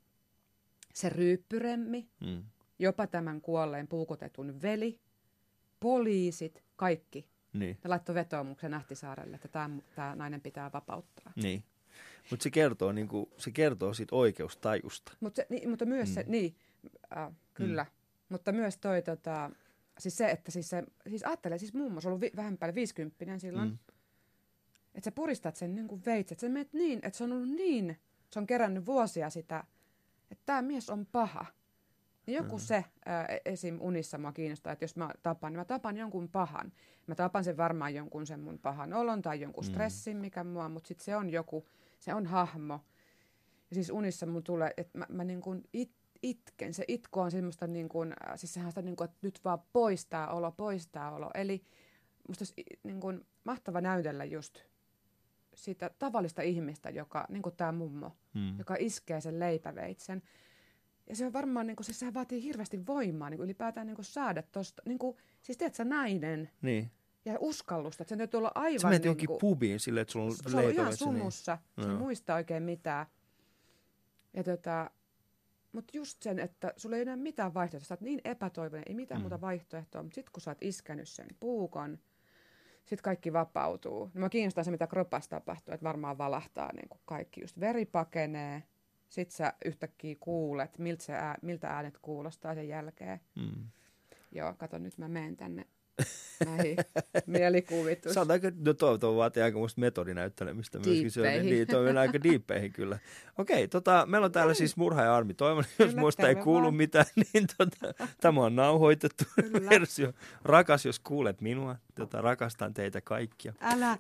se ryyppyremmi, hmm. jopa tämän kuolleen puukotetun veli, poliisit, kaikki. Niin. Ne laittoi vetoomuksen Ahtisaarelle, että tämä nainen pitää vapauttaa. Niin. Mutta se kertoo, niinku, se kertoo siitä oikeustajusta. Mut se, niin, mutta myös mm. se, niin, äh, kyllä. Mm. Mutta myös toi, tota, siis se, että siis se, siis ajattelee, siis muun muassa ollut vi, vähän päälle viisikymppinen silloin, mm. että sä puristat sen niin kuin veitset, sä menet niin, että se on ollut niin, se on kerännyt vuosia sitä, että tämä mies on paha. Ja joku mm. se äh, esim. Unissa mua kiinnostaa, että jos mä tapan, niin mä tapan jonkun pahan. Mä tapan sen varmaan jonkun sen mun pahan olon tai jonkun stressin, mikä mua, mutta sitten se on joku, se on hahmo. Ja siis unissa mun tulee, että mä, mä niin kuin it, itken. Se itku on semmoista, niin kuin, siis sehän on sitä, niin kuin, että nyt vaan poistaa olo, poistaa olo. Eli musta olisi niin kuin mahtava näytellä just sitä tavallista ihmistä, joka, niin kuin tää mummo, mm. joka iskee sen leipäveitsen. Ja se on varmaan, niin kuin, siis sehän vaatii hirveästi voimaa niin kuin ylipäätään niin kuin saada tosta, niin kuin, siis tiedät sä nainen. Niin. Ja uskallusta, että sen täytyy olla aivan... Sä menet johonkin niin pubiin silleen, että sulla on leipäveitsi. Se on ihan sumussa, niin. Se ei muista oikein mitään. Ja tota, Mutta just sen, että sulla ei enää mitään vaihtoehtoa. Sä oot niin epätoivoinen, ei mitään mm. muuta vaihtoehtoa. Mutta sitten kun sä oot iskenyt sen puukon, sitten kaikki vapautuu. No mä kiinnostaa se, mitä kropassa tapahtuu, että varmaan valahtaa niin kuin kaikki. Just veri pakenee, sitten sä yhtäkkiä kuulet, miltä, se ää, miltä äänet kuulostaa sen jälkeen. Mm. Joo, kato, nyt mä menen tänne näihin mielikuvitus. Sä oot aika, no toi, toi vaatii aika musta metodinäyttelemistä myöskin. Se on, niin, toi on aika diippeihin kyllä. Okei, tota, meillä on täällä siis Murha ja Armi Toivonen. Jos musta ei kuulu vaan mitään, niin tota, tämä on nauhoitettu kyllä versio. Rakas, jos kuulet minua, tota, rakastan teitä kaikkia. Älä.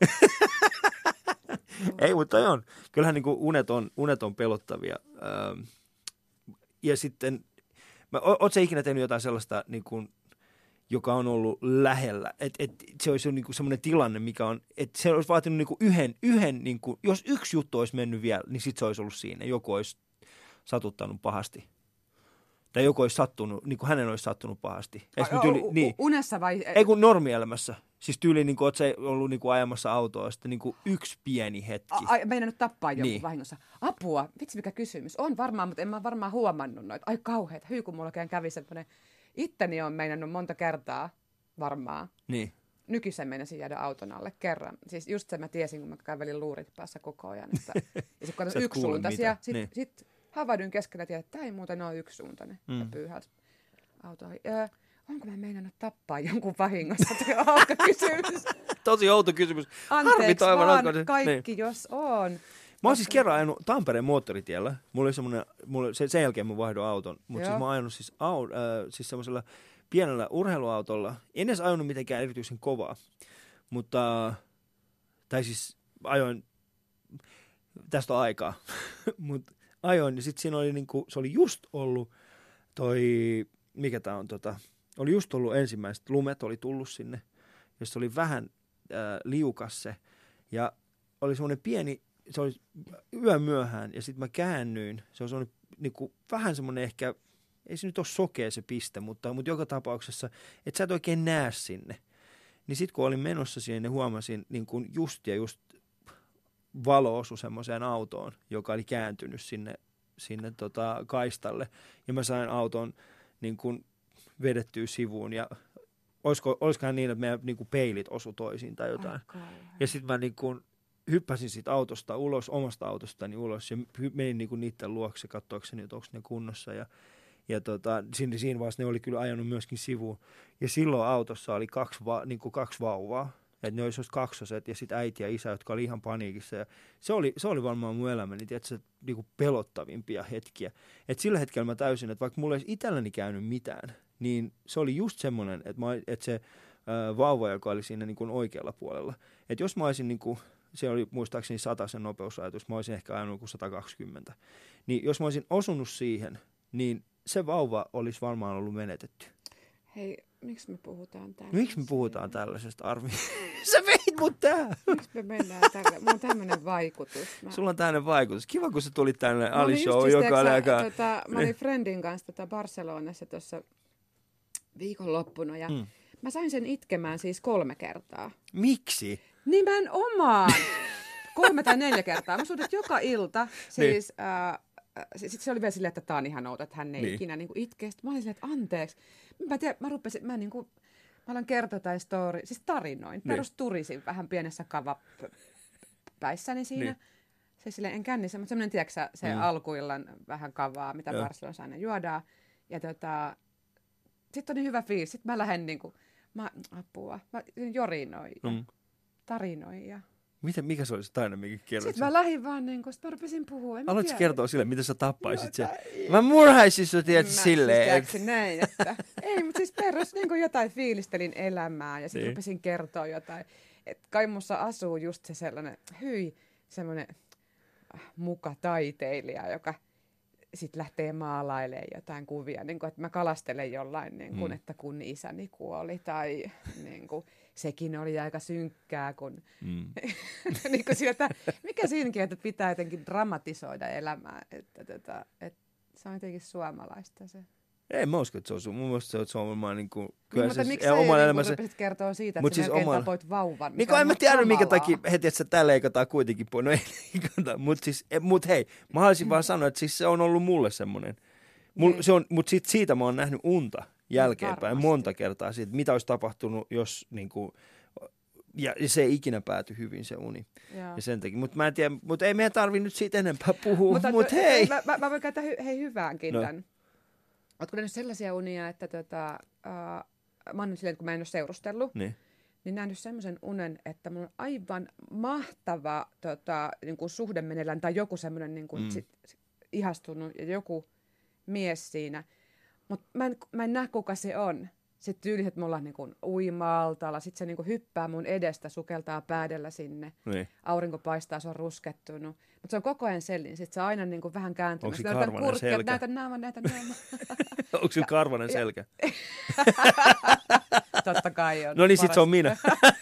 Ei, mutta on. Kyllähän niin kuin unet, on, unet on pelottavia. Ähm, ja sitten, mä, oot sä ikinä tehnyt jotain sellaista, niin kuin, joka on ollut lähellä? Että et, se olisi niin kuin semmoinen tilanne, mikä on, että se olisi vaatinut niin kuin yhden, yhden niin kuin, jos yksi juttu olisi mennyt vielä, niin sitten se olisi ollut siinä. Joku olisi satuttanut pahasti. Tai joku olisi sattunut, niin kuin hänen olisi sattunut pahasti. Ai, tyyli, u- niin. Unessa vai? Ei kun normielämässä. Siis tyyli, niin kuin oot sä ollut niin kuin ajamassa autoa, sitten niin kuin yksi pieni hetki. Ai, meinannut tappaa jonkun niin vahingossa. Apua, vitsi mikä kysymys. On varmaan, mutta en mä varmaan huomannut noita. Ai kauheeta, hyy kun mulla kävi semmoinen. Itteni on meinannut monta kertaa varmaan. Niin. Nykyisen meinasin jäädä auton alle kerran. Siis just se mä tiesin, kun mä kävelin luurit päässä koko ajan. Että, ja sitten kun yksisuuntaisia, sitten niin sit havahduin keskellä, että tämä ei muuten ole yksisuuntainen. Mm. Ja pyyhältä auto ohi. Öö, onko mä meinannut tappaa jonkun vahingossa? Tuo on hauska kysymys. Tosi outo kysymys. Anteeksi vaan kaikki, niin jos on. Mä oon siis kerran ajanut Tampereen moottoritiellä. Mulla oli semmoinen, mulla, sen, sen jälkeen mä vaihdoin auton. Mutta siis mä oon ajanut siis, au, äh, siis semmoisella pienellä urheiluautolla. En edes ajanut mitenkään erityisen kovaa. Mutta, tai siis ajoin, tästä on aikaa. Mutta ajoin, ja sitten siinä oli niinku, se oli just ollut toi, mikä tää on tota, oli just ollut ensimmäiset lumet, oli tullut sinne. Ja se oli vähän äh, liukas se. Ja oli semmoinen pieni, se oli yön myöhään, ja sitten mä käännyin. Se on semmoinen niin kuin, vähän semmoinen ehkä, ei se nyt ole sokea se piste, mutta, mutta joka tapauksessa, että sä et oikein näe sinne. Niin sitten kun olin menossa siihen, niin huomasin niin kuin just ja just valo osui semmoiseen autoon, joka oli kääntynyt sinne, sinne tota kaistalle. Ja mä sain auton niin kuin vedettyä sivuun, ja olisiko, olisikohan niin, että meidän niin kuin peilit osu toisiin tai jotain. Okay. Ja sitten mä niin kuin hyppäsin siitä autosta ulos, omasta autostani ulos, ja menin niinku niiden luokse katsoakseni, että onko ne kunnossa. Ja, ja tota, siinä, siinä vaiheessa ne oli kyllä ajanut myöskin sivuun. Ja silloin autossa oli kaksi, va, niinku kaksi vauvaa, että ne olisi kaksoset, ja sitten äiti ja isä, jotka oli ihan paniikissa. Ja se, oli, se oli varmaan mun elämäni, tiedätkö, niinku pelottavimpia hetkiä. Että sillä hetkellä mä täysin, että vaikka mulla ei itselläni käynyt mitään, niin se oli just semmoinen, että, mä, että se ää, vauva, joka oli siinä niinku oikealla puolella, että jos mä olisin niinku, se oli muistaakseni satasen nopeusrajoitus, mä olisin ehkä ajanut kuin sata kaksikymmentä. Niin jos mä olisin osunut siihen, niin se vauva olisi varmaan ollut menetetty. Hei, miksi me puhutaan tällaisesta? Miksi me puhutaan tällaisesta, Arvi? Sä veit mut tää! Miksi me mennään tälle? Mulla on tämmönen vaikutus. Mä... Sulla on tämmönen vaikutus. Kiva, kun sä tulit tänne Ali Show, joka oli aika... Tota, mä olin Friendin kanssa tota Barcelonassa tuossa viikonloppuna, ja mm. mä sain sen itkemään siis kolme kertaa. Miksi? Nimenomaan! Kolme tai neljä kertaa. Mä suutin joka ilta. Siis, niin. äh, sitten se oli vielä silleen, että tää on ihan outo, että hän ei niin. ikinä niin itkeä. Sitten mä olin silleen, että anteeksi. Mä, tiedän, mä rupesin, mä, niin kuin, mä alan kertoa tai story, siis tarinoin. Niin. Perusturisin vähän pienessä kavapäissäni siinä. Niin. Se silleen, en kännissä, mutta semmoinen, tiedätkö se mm. alkuillan vähän kavaa, mitä Barcelonassa aina juodaan. Ja tota, sitten on niin hyvä fiilis. Sitten mä lähden niin kuin, mä, apua, mä jorinoin. Mm. Tarinoin ja... Miten, mikä se oli se tarina, mikä kerroit? Sitten mä lähdin vaan niin kuin, sit mä rupesin puhua. Aloitko kertoa sille, miten sä tappaisit sen? Mä murhaisin sut tietysti silleen. Siis näin, että... Ei, mutta siis perus niin kuin jotain fiilistelin elämää ja sitten niin. rupesin kertoa jotain. Että kai mussa asuu just se sellainen, hyi, semmoinen muka taiteilija, joka sitten lähtee maalailemaan jotain kuvia. Niin kuin, että mä kalastelen jollain, niin kuin, mm. että kun isäni kuoli tai... Niin kuin, sekin oli aika synkkää, kun mm. niin kuin sieltä, mikä siinäkin, että pitää jotenkin dramatisoida elämää, että, että, että se on jotenkin suomalaista se. Ei mä usko, että se on sun. Mun mielestä se on suomalainen niin kuin... Niin, mutta miksi sä niin elämässä... rupesit kertoa siitä, että sä siis melkein oma... tapoit vauvan? Niin kuin en mä tiedä, minkä takia, heti, että tää leikataan kuitenkin pois. No ei leikata, mutta siis, mut hei, mä haluaisin vaan sanoa, että siis se on ollut mulle semmoinen. Mul, Niin. se on, mutta sit siitä mä oon nähnyt unta jälkeenpäin Varmasti. monta kertaa siitä, mitä olisi tapahtunut, jos niinku, ja se ei ikinä pääty hyvin se uni. Joo. Ja sen takia, mutta mä en tiedä, mutta ei meidän tarvi nyt siitä enempää puhua, mutta Mutta mut hei! Mä, mä, mä voin käyttää hy, hei hyväänkin No. tämän. Ootko nähnyt sellaisia unia, että tota, uh, mä oon nyt silleen, kun mä en ole seurustellut, Niin. niin nähnyt semmoisen unen, että mulla on aivan mahtava tota, niin kuin suhde meneillään, tai joku semmoinen niin kuin, Mm. sit, sit, ihastunut ja joku mies siinä. Mutta mä en, mä en näe, kuka se on. Sitten tyyli, että me ollaan niin kuin uima-altaalla, sitten se niin kuin hyppää mun edestä, sukeltaa päädellä sinne. Niin. Aurinko paistaa, se on ruskettunut. Mutta se on koko ajan sellin, sitten se on aina niin kuin vähän kääntynyt. Onko se Sitten näytän karvanen kurkkia, selkä? Näytän naaman, näytän naaman. Onko se karvanen selkä? Totta kai on. No niin, sit se on minä.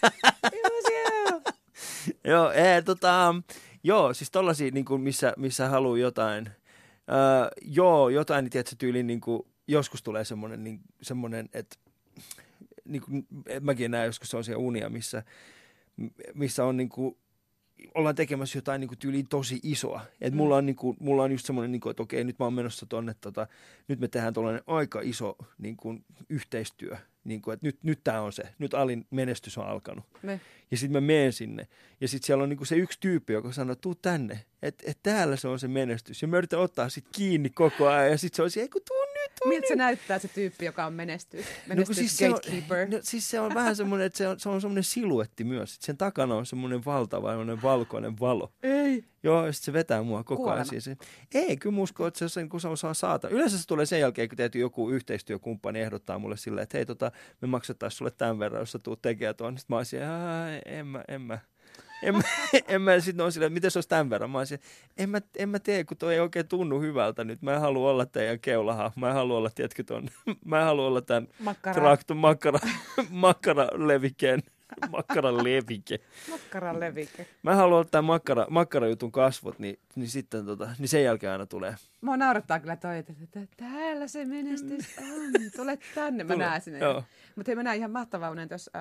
Joo, ee, tota, joo, siis tollasia, niin kuin missä, missä haluaa jotain. Öö, joo, jotain, niin tiedätkö, tyyliin niin kuin, joskus tulee semmoinen, niin, semmoinen että niin kuin, mäkin näen joskus sellaisia unia, missä, missä on niin kuin, ollaan tekemässä jotain niin kuin tyyliin tosi isoa. Et Mm. mulla, on, niin kuin, mulla on just semmoinen, niin kuin, että okei, nyt mä oon menossa tonne, tota, nyt me tehdään tollainen aika iso niin kuin, yhteistyö. Niin kuin, että nyt, nyt tää on se, nyt Alin menestys on alkanut. Me. Ja sitten mä menen sinne. Ja sitten siellä on niinku se yksi tyyppi, joka sanoo, tuu tänne. Että et täällä se on se menestys. Ja mä yritän ottaa sit kiinni koko ajan. Ja sitten se on se, ei kun tuu nyt, tuu Miltä nyt. se näyttää se tyyppi, joka on menestys? No, kun Menestys siis se on, gatekeeper. no, siis se on vähän semmoinen, että se on, se on semmoinen siluetti myös. Sit sen takana on semmoinen valtava, semmoinen valkoinen valo. Ei. Joo, ja sit se vetää mua koko Kuolema. ajan. Siis. Ei, kyllä mä uskon, että se, kun se osaa saata. Yleensä se tulee sen jälkeen, kun täytyy joku yhteistyökumppani ehdottaa mulle silleen, että hei, tota, me maksettaisiin sulle tämän verran, jos sä tuut tekemään tuon. Sitten mä olisin, en mä, en mä. En mä, en mä sitten ole silleen, että miten se olisi tämän verran. Mä olisin, en mä, en mä tee, kun toi ei oikein tunnu hyvältä nyt. Mä en halua olla teidän keulaha. Mä en halua olla, tiedätkö ton, mä en halua olla tämän Makkara. trakton makkara, makkara-levikkeen. Makkara-levike. Makkaran levike. Mä haluan olla tämän makkara, makkarajutun kasvot, niin, niin sitten tota, niin sen jälkeen aina tulee. Mua naurattaa kyllä toi, että, että täällä se menestys on. Tule tänne, mä Tule. näen sinne. Joo. Mutta hei, mä näen ihan mahtavaa unen tuossa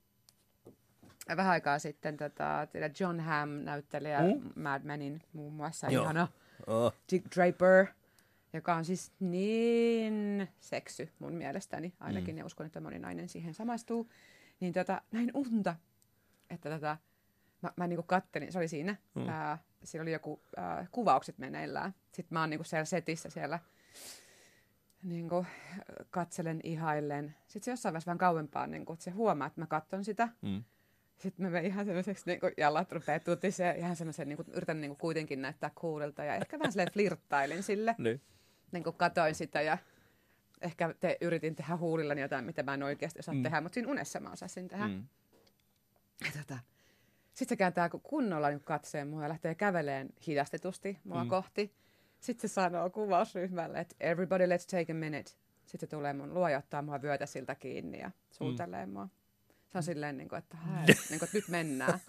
äh, vähän aikaa sitten tota, teidän John Hamm näyttelijä Mm. Mad Menin muun muassa. Joo. Ihana Oh. Dick Draper, joka on siis niin seksy mun mielestäni. Ainakin mm. ja uskon, että moni nainen siihen samastuu. Niin tota, näin unta, että tota, mä, mä niinku kattelin, se oli siinä, mm. ää, siinä oli joku ää, kuvaukset meneillään. Sitten mä oon niinku siellä setissä siellä niinku, katselen, ihaillen. Sitten se jossain vaiheessa vähän kauempaa, niinku, että se huomaa, että mä katson sitä. Mm. Sitten mä menen ihan semmoiseksi, niinku, jalat rupeaa tutiseen, ihan semmoisen, niinku, yritän niinku, kuitenkin näyttää coolilta ja ehkä vähän silleen flirttailin sille. Niin. Niinku katoin sitä ja ehkä te, yritin tehdä huulillani jotain, mitä mä en oikeasti osaa mm. tehdä, mutta siinä unessa mä osasin tehdä. Mm. Tota, sitten se kääntää kunnolla niin katseen mua ja lähtee käveleen hidastetusti mua mm. kohti. Sitten se sanoo kuvausryhmälle, että everybody let's take a minute. Sitten se tulee mun luo ja ottaa mua vyötä siltä kiinni ja suutelee mm. mua. Se on silleen, niin kuin, että, hei, niin kuin, että nyt mennään.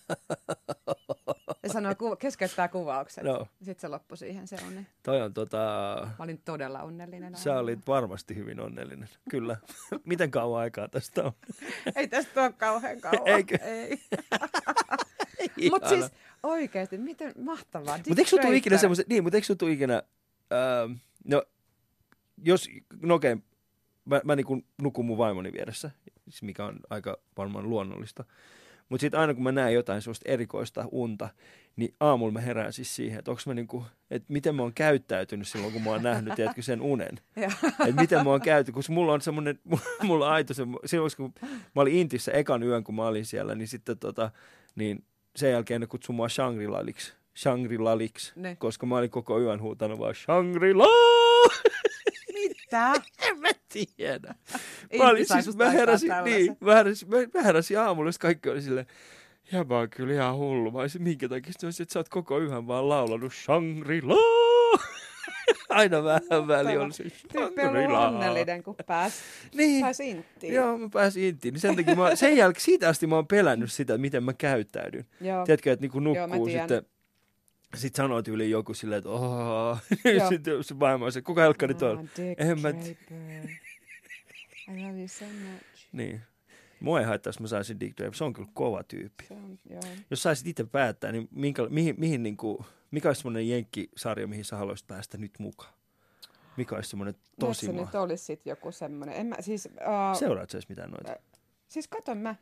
Ja sanoo, ku- keskeyttää kuvaukset. No. Sitten se loppui siihen se onni. Toi on tota... Mä olin todella onnellinen. Sä olit varmasti hyvin onnellinen. Kyllä. Miten kauan aikaa tästä on? Ei tästä ole kauhean kauan. Eikö? Ei. Mutta siis oikeasti, miten mahtavaa. Mutta eikö sulla tule ikinä semmoiset, niin, mutta eikö sulla tule ikinä, ähm, no, jos, no okei, okay, mä, mä niin nukun mun vaimoni vieressä, mikä on aika varmaan luonnollista. Mutta sitten aina kun mä näen jotain sellaista erikoista unta, niin aamulla mä herään siis siihen, että onko mä niinku, että miten mä oon käyttäytynyt silloin, kun mä oon nähnyt, tiedätkö, sen unen. Että miten mä oon käyttäytynyt, koska mulla on semmoinen, mulla on aito se, silloin kun mä olin Intissä ekan yön, kun mä olin siellä, niin sitten tota, niin sen jälkeen ne kutsui mua Shangri-Laliksi, Shangri-Laliksi, ne. Koska mä olin koko yön huutanut vaan Shangri-La! Mitä? En mä tiedä. Mä, olin, siis, mä, heräsin, niin, mä, heräsin, mä, mä heräsin aamulla, jos kaikki oli silleen, ja mä oon kyllä ihan hullu. Mä olisin, minkä takia sitten olisin, että sä oot koko yhden vaan laulanut Shangri-La. Aina vähän väli on se Tyyppi on ollut onnellinen, kun pääsi niin. pääs intiin. Joo, mä pääsin intiin. Niin sen takia mä, sen jälkeen, siitä asti mä oon pelännyt sitä, miten mä käyttäydyn. Joo. Tiedätkö, että niinku nukkuu Joo, sitten. Sitten sanoo tyyliin joku silleen, että ooo. Sitten se vaimo on se, kuka helkkari tuolla? Oh, Dick En mä Draper. I love you so much. Niin. Mua ei haittaa, jos mä saisin Dick Draper. Se on kyllä kova tyyppi. Se on, joo. Jos saisit itse päättää, niin minkä, mihin, mihin, niin kuin, mikä olisi semmoinen jenkkisarja, mihin sä haluaisit päästä nyt mukaan? Mikä olisi semmoinen tosi mahtava? Nyt olisi sitten joku semmoinen. En mä, siis, uh, Seuraatko sä edes mitään noita? Uh, siis katon mä.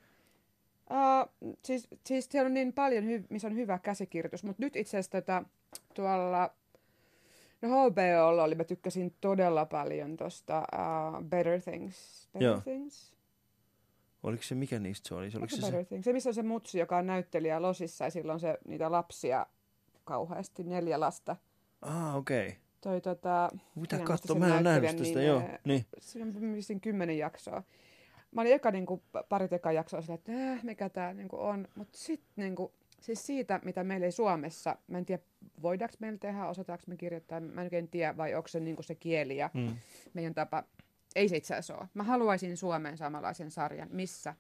Uh, siis, siis siellä on niin paljon, hy- missä on hyvä käsikirjoitus, mutta nyt itse asiassa tota, tuolla no H B O:lla oli, mä tykkäsin todella paljon tosta uh, Better Things. Better Joo. Things? Oliko se, mikä niistä se oli? Se, oliko se, Better se? Things? Se, missä on se mutsi, joka on näyttelijä Losissa, ja silloin se niitä lapsia kauheasti, neljä lasta. Ah, okei. Okay. Toi tota... Mitä katsoa? Mä en ole nähnyt sitä, niin, joo. Niin. Siinä on vissiin kymmenen jaksoa. Mä olin eka niinku, parit ekaa jaksoa sillä, että äh, mikä tää niinku on. Mutta sitten niinku, siis siitä, mitä meillä ei Suomessa, mä en tiedä, voidaanko meillä tehdä, osataanko me kirjoittaa, mä en oikein tiedä, vai onko se niinku se kieli ja mm. meidän tapa. Ei se itse asiassa ole. Mä haluaisin Suomeen samanlaisen sarjan, missä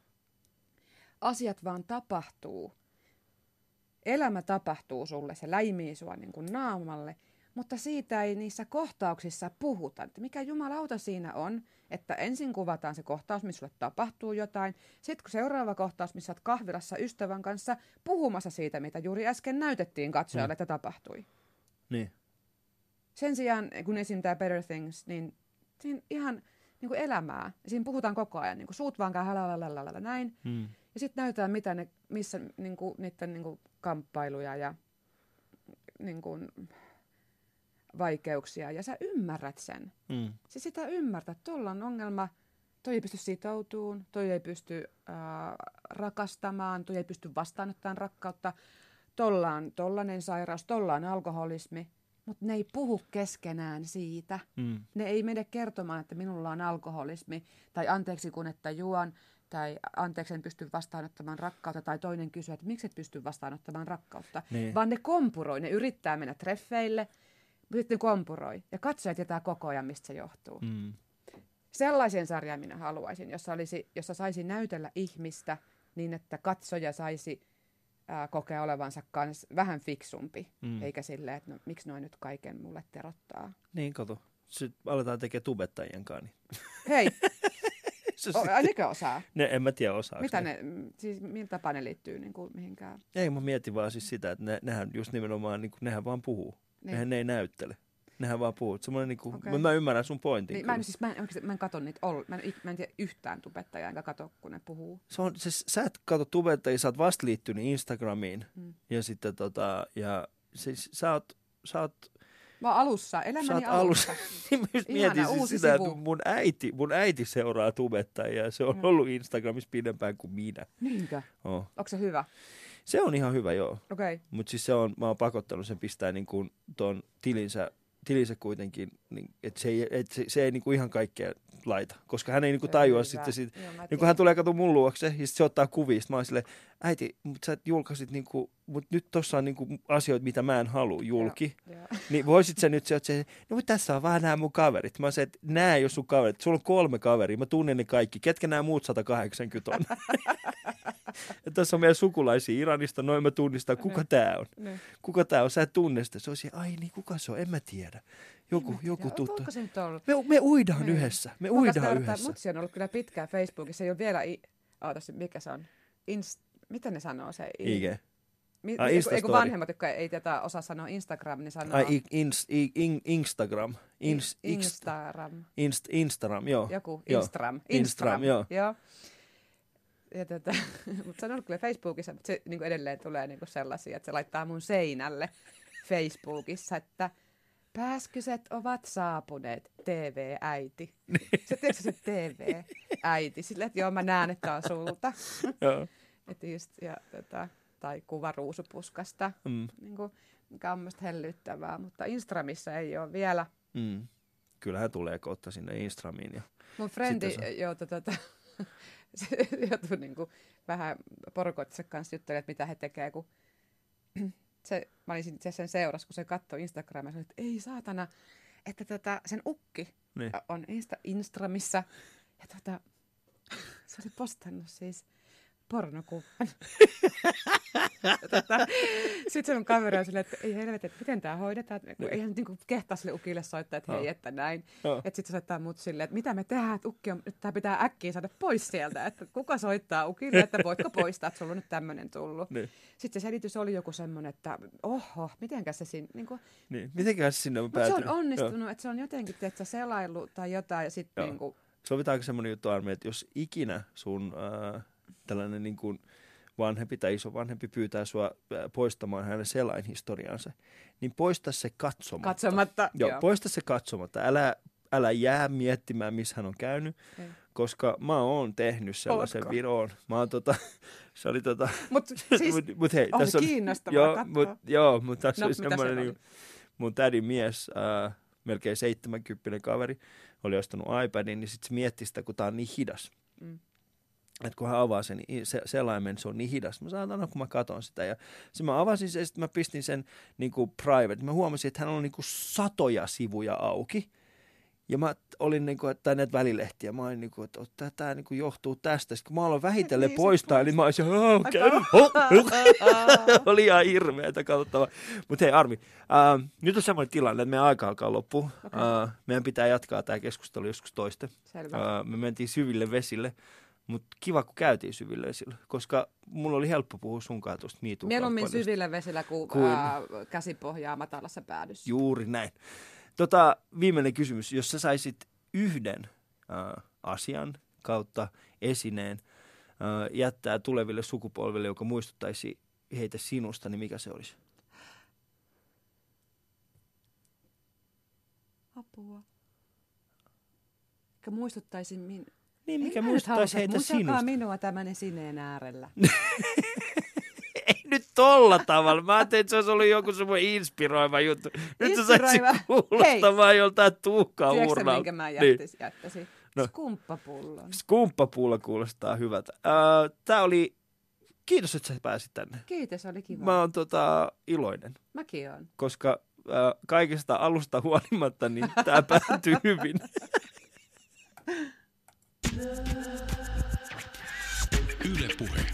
asiat vaan tapahtuu. Elämä tapahtuu sulle, se läimii sua niin kuin naamalle, mutta siitä ei niissä kohtauksissa puhuta. Että mikä jumalauta siinä on, että ensin kuvataan se kohtaus, missä sulle tapahtuu jotain. Sitten kun seuraava kohtaus, missä olet kahvilassa ystävän kanssa puhumassa siitä, mitä juuri äsken näytettiin katsojalle, mm. että tapahtui. Niin. Sen sijaan, kun esim. Tämä Better Things, niin siinä ihan niin kuin elämää. Siinä puhutaan koko ajan, niin kuin suut vaan käy näin. Mm. Ja sitten näytetään, mitä ne, missä niin kuin, niiden niin kuin kamppailuja ja niin kuin, vaikeuksia. Ja sä ymmärrät sen. Mm. Siis sitä ymmärtät. Tuolla on ongelma. Toi ei pysty sitoutumaan. Toi ei pysty äh, rakastamaan. Toi ei pysty vastaanottamaan rakkautta. Tolla on tollainen sairaus. Tolla on alkoholismi. Mutta ne ei puhu keskenään siitä. Mm. Ne ei mene kertomaan, että minulla on alkoholismi. Tai anteeksi kun että juon. Tai anteeksi en pysty vastaanottamaan rakkautta. Tai toinen kysyy, että miksi et pysty vastaanottamaan rakkautta. Niin. Vaan ne kompuroi. Ne yrittää mennä treffeille. Sitten ne kompuroi. Ja katsoja tietää koko ajan, mistä se johtuu. Mm. Sellaisen sarjan minä haluaisin, jossa, olisi, jossa saisi näytellä ihmistä niin, että katsoja saisi ää, kokea olevansa kans vähän fiksumpi. Mm. Eikä silleen, että no, miksi noin nyt kaiken mulle terottaa. Niin, kato. Sitten aletaan tekemään tubettajien kanssa. Niin. Hei! o, nekö osaa? Ne, en mä tiedä osaa. Mitä ne, siis millä tapaa ne liittyy niin kuin mihinkään? Ei, mä mietin vaan siis sitä, että ne, nehän just nimenomaan, niin kuin, nehän vaan puhuu. Niin. Nehän ne ei näyttele. Nehän vaan puhuu. Semmoinen niinku, okay. Mä ymmärrän sun pointin. Niin, mä en, siis, mä en, oikeasti, mä en katso niitä ollut. Mä en, mä en tiedä yhtään tubettajaa, enkä katso, kun ne puhuu. Se on, siis, sä et katso tubettajia, sä oot vasta liittynyt Instagramiin. Hmm. Ja sitten tota, ja siis sä oot, sä oot mä oon alussa, elämäni alussa. Mä just mietin siis sitä, sivu. Että mun äiti, mun äiti seuraa tubettajia ja se on hmm. ollut Instagramissa pidempään kuin minä. Niinkö? Oh. Onko se hyvä? Se on ihan hyvä, joo. Okay. Mutta siis se on, mä oon pakottanut sen pistää niin kuin ton tilinsä, tilinsä kuitenkin, niin, että se ei, et se, se ei niin kuin ihan kaikkea laita. Koska hän ei niin kuin tajua sitten, sit, niin kun hän tulee katsomaan mun luokse ja se ottaa kuvia. Mä oon silleen, äiti, mutta sä julkaisit, niin kuin, mutta nyt tossa on niin kuin asioita, mitä mä en halua julki. Ja, ja. Niin voisit sä nyt se, että se, no mutta tässä on vaan nämä mun kaverit. Mä oon se, että nää ei ole sun kaverit. Sulla on kolme kaveria, mä tunnen ne kaikki. Ketkä nämä muut sata kahdeksankymmentä on? Ja tässä on meidän sukulaisia Iranista, noin mä tunnistan, kuka tää on. Ne. Kuka tää on, sä et tunne sitä. Se on siellä, ai niin, kuka se on, en mä tiedä. Joku, joku tuttu. Me, me uidaan ne. yhdessä, me uidaan yhdessä. Mutsi on ollut kyllä pitkään Facebookissa, ei ole vielä, i... Ootas, mikä se on, Inst... mitä ne sanoo se? I... I G. Mi- ah, Eiku vanhemmat, jotka ei tätä osaa sanoa Instagram, niin sanoo... Ai, ins, i, in, Instagram. Ins, Instagram. Inst, Instagram, joo. Joku, Instagram. Instagram, Instagram joo. joo. Ja tätä, mutta se on ollut kyllä Facebookissa, mutta se niin edelleen tulee niin sellaisia, että se laittaa mun seinälle Facebookissa, että pääskyset ovat saapuneet, T V-äiti. Se tiedätkö se T V-äiti? Silleen, että joo, mä näen, että on sulta. Joo. Että just, ja, tätä, tai kuva ruusupuskasta, mm. niin kuin, mikä on mielestäni hellyttävää, mutta Instagramissa ei ole vielä. Mm. Kyllähän tulee kohta sinne Instagramiin. Ja mun frendi joutui tätä... Se joutui niin kuin vähän porukoittensa kanssa juttelemaan, että mitä he tekevät, kun se, mä olin sen seurassa, kun se katsoi Instagramia, ja sanoi, että ei saatana, että tota, sen ukki niin. on Insta, Instagramissa, ja tota, se oli postannut siis pornokuvan. tota, sitten se mun kaveri on silleen, että ei helvetti, että miten tämä hoidetaan. Kun eihän nyt niin kehtaa sille ukille soittaa, että hei, että näin. No. Että sitten se soittaa mut silleen, että mitä me tehdään, että ukki on, nyt tää pitää äkkiä saada pois sieltä. Että kuka soittaa ukille, että voitko poistaa, että sulla on nyt tämmöinen tullut. Niin. Sitten se selitys oli joku semmoinen, että oho, mitenkäs se siinä... Niin, kuin, niin. Mitenkäs se sinne on päätynyt? Se on onnistunut, Joo. että se on jotenkin, että selailu tai jotain ja sitten niin kuin... Sovitaanko semmoinen juttu, Armi, että jos ikinä sun äh, tällainen niin kuin vanhempi tai isovanhempi pyytää sua äh, poistamaan hänen selainhistoriansa, niin poista se katsomatta. Katsomatta, joo. joo. Poista se katsomatta. Älä, älä jää miettimään, missä hän on käynyt, ei. Koska mä oon tehnyt sellaisen Ootko? viroon. Mä oon tota, se oli tota... Mut siis mut, mut hei, oli tässä on, kiinnostavaa joo, katsoa. Mut, joo, mutta tässä no, oli semmoinen, niin, mun tädin mies, äh, melkein seitsemänkymppinen kaveri, oli ostanut iPadin, niin sitten se mietti sitä, kun tää on niin hidas. Mm. Että kun hän avaa sen, se, selaimen, se on niin hidas. Mä saatan, kun mä katon sitä. Ja sitten mä avasin sen, ja sitten mä pistin sen niin kuin private. Mä huomasin, että hän on niin kuin satoja sivuja auki. Ja mä olin, niin kuin, että näitä välilehtiä, mä olin, niin kuin, että tämä niin kuin johtuu tästä. Sitten kun mä aloin vähitellen niin, poistaa, niin mä olisin, oli ihan hirveätä katsottavaa. Mutta hei Armi, äh, nyt on semmoinen tilanne, että meidän aika alkaa loppua. Okay. Äh, meidän pitää jatkaa tämä keskustelu joskus toiste. Äh, me mentiin syville vesille. Mutta kiva, kun käytiin syville vesillä, koska mulla oli helppo puhua sunkaan tuosta MeToo-kampanjasta. Mieluummin syville vesillä kuin, kuin... Ää, käsipohjaa matalassa päädyssä. Juuri näin. Tota, viimeinen kysymys. Jos sä saisit yhden äh, asian kautta esineen äh, jättää tuleville sukupolville, joka muistuttaisi heitä sinusta, niin mikä se olisi? Apua. Mikä muistuttaisi min... Niin, mikä muistuttaisi heitä sinusta. Muistakaa minua tämän esineen äärellä. Ei nyt tolla tavalla. Mä ajattelin, että se olisi ollut joku semmoinen inspiroiva juttu. Nyt sä saisit kuulostamaan joltain Tuukkaa Urnalta. Tiedätkö minkä mä jättäisin? Niin. jättäisin? No. Skumppapullon. Skumppapulla kuulostaa hyvältä. Uh, tää oli... Kiitos, että sä pääsit tänne. Kiitos, oli kiva. Mä oon tota, iloinen. Mäkin oon. Koska uh, kaikesta alusta huolimatta, niin tää päättyy hyvin. Yle Puhe.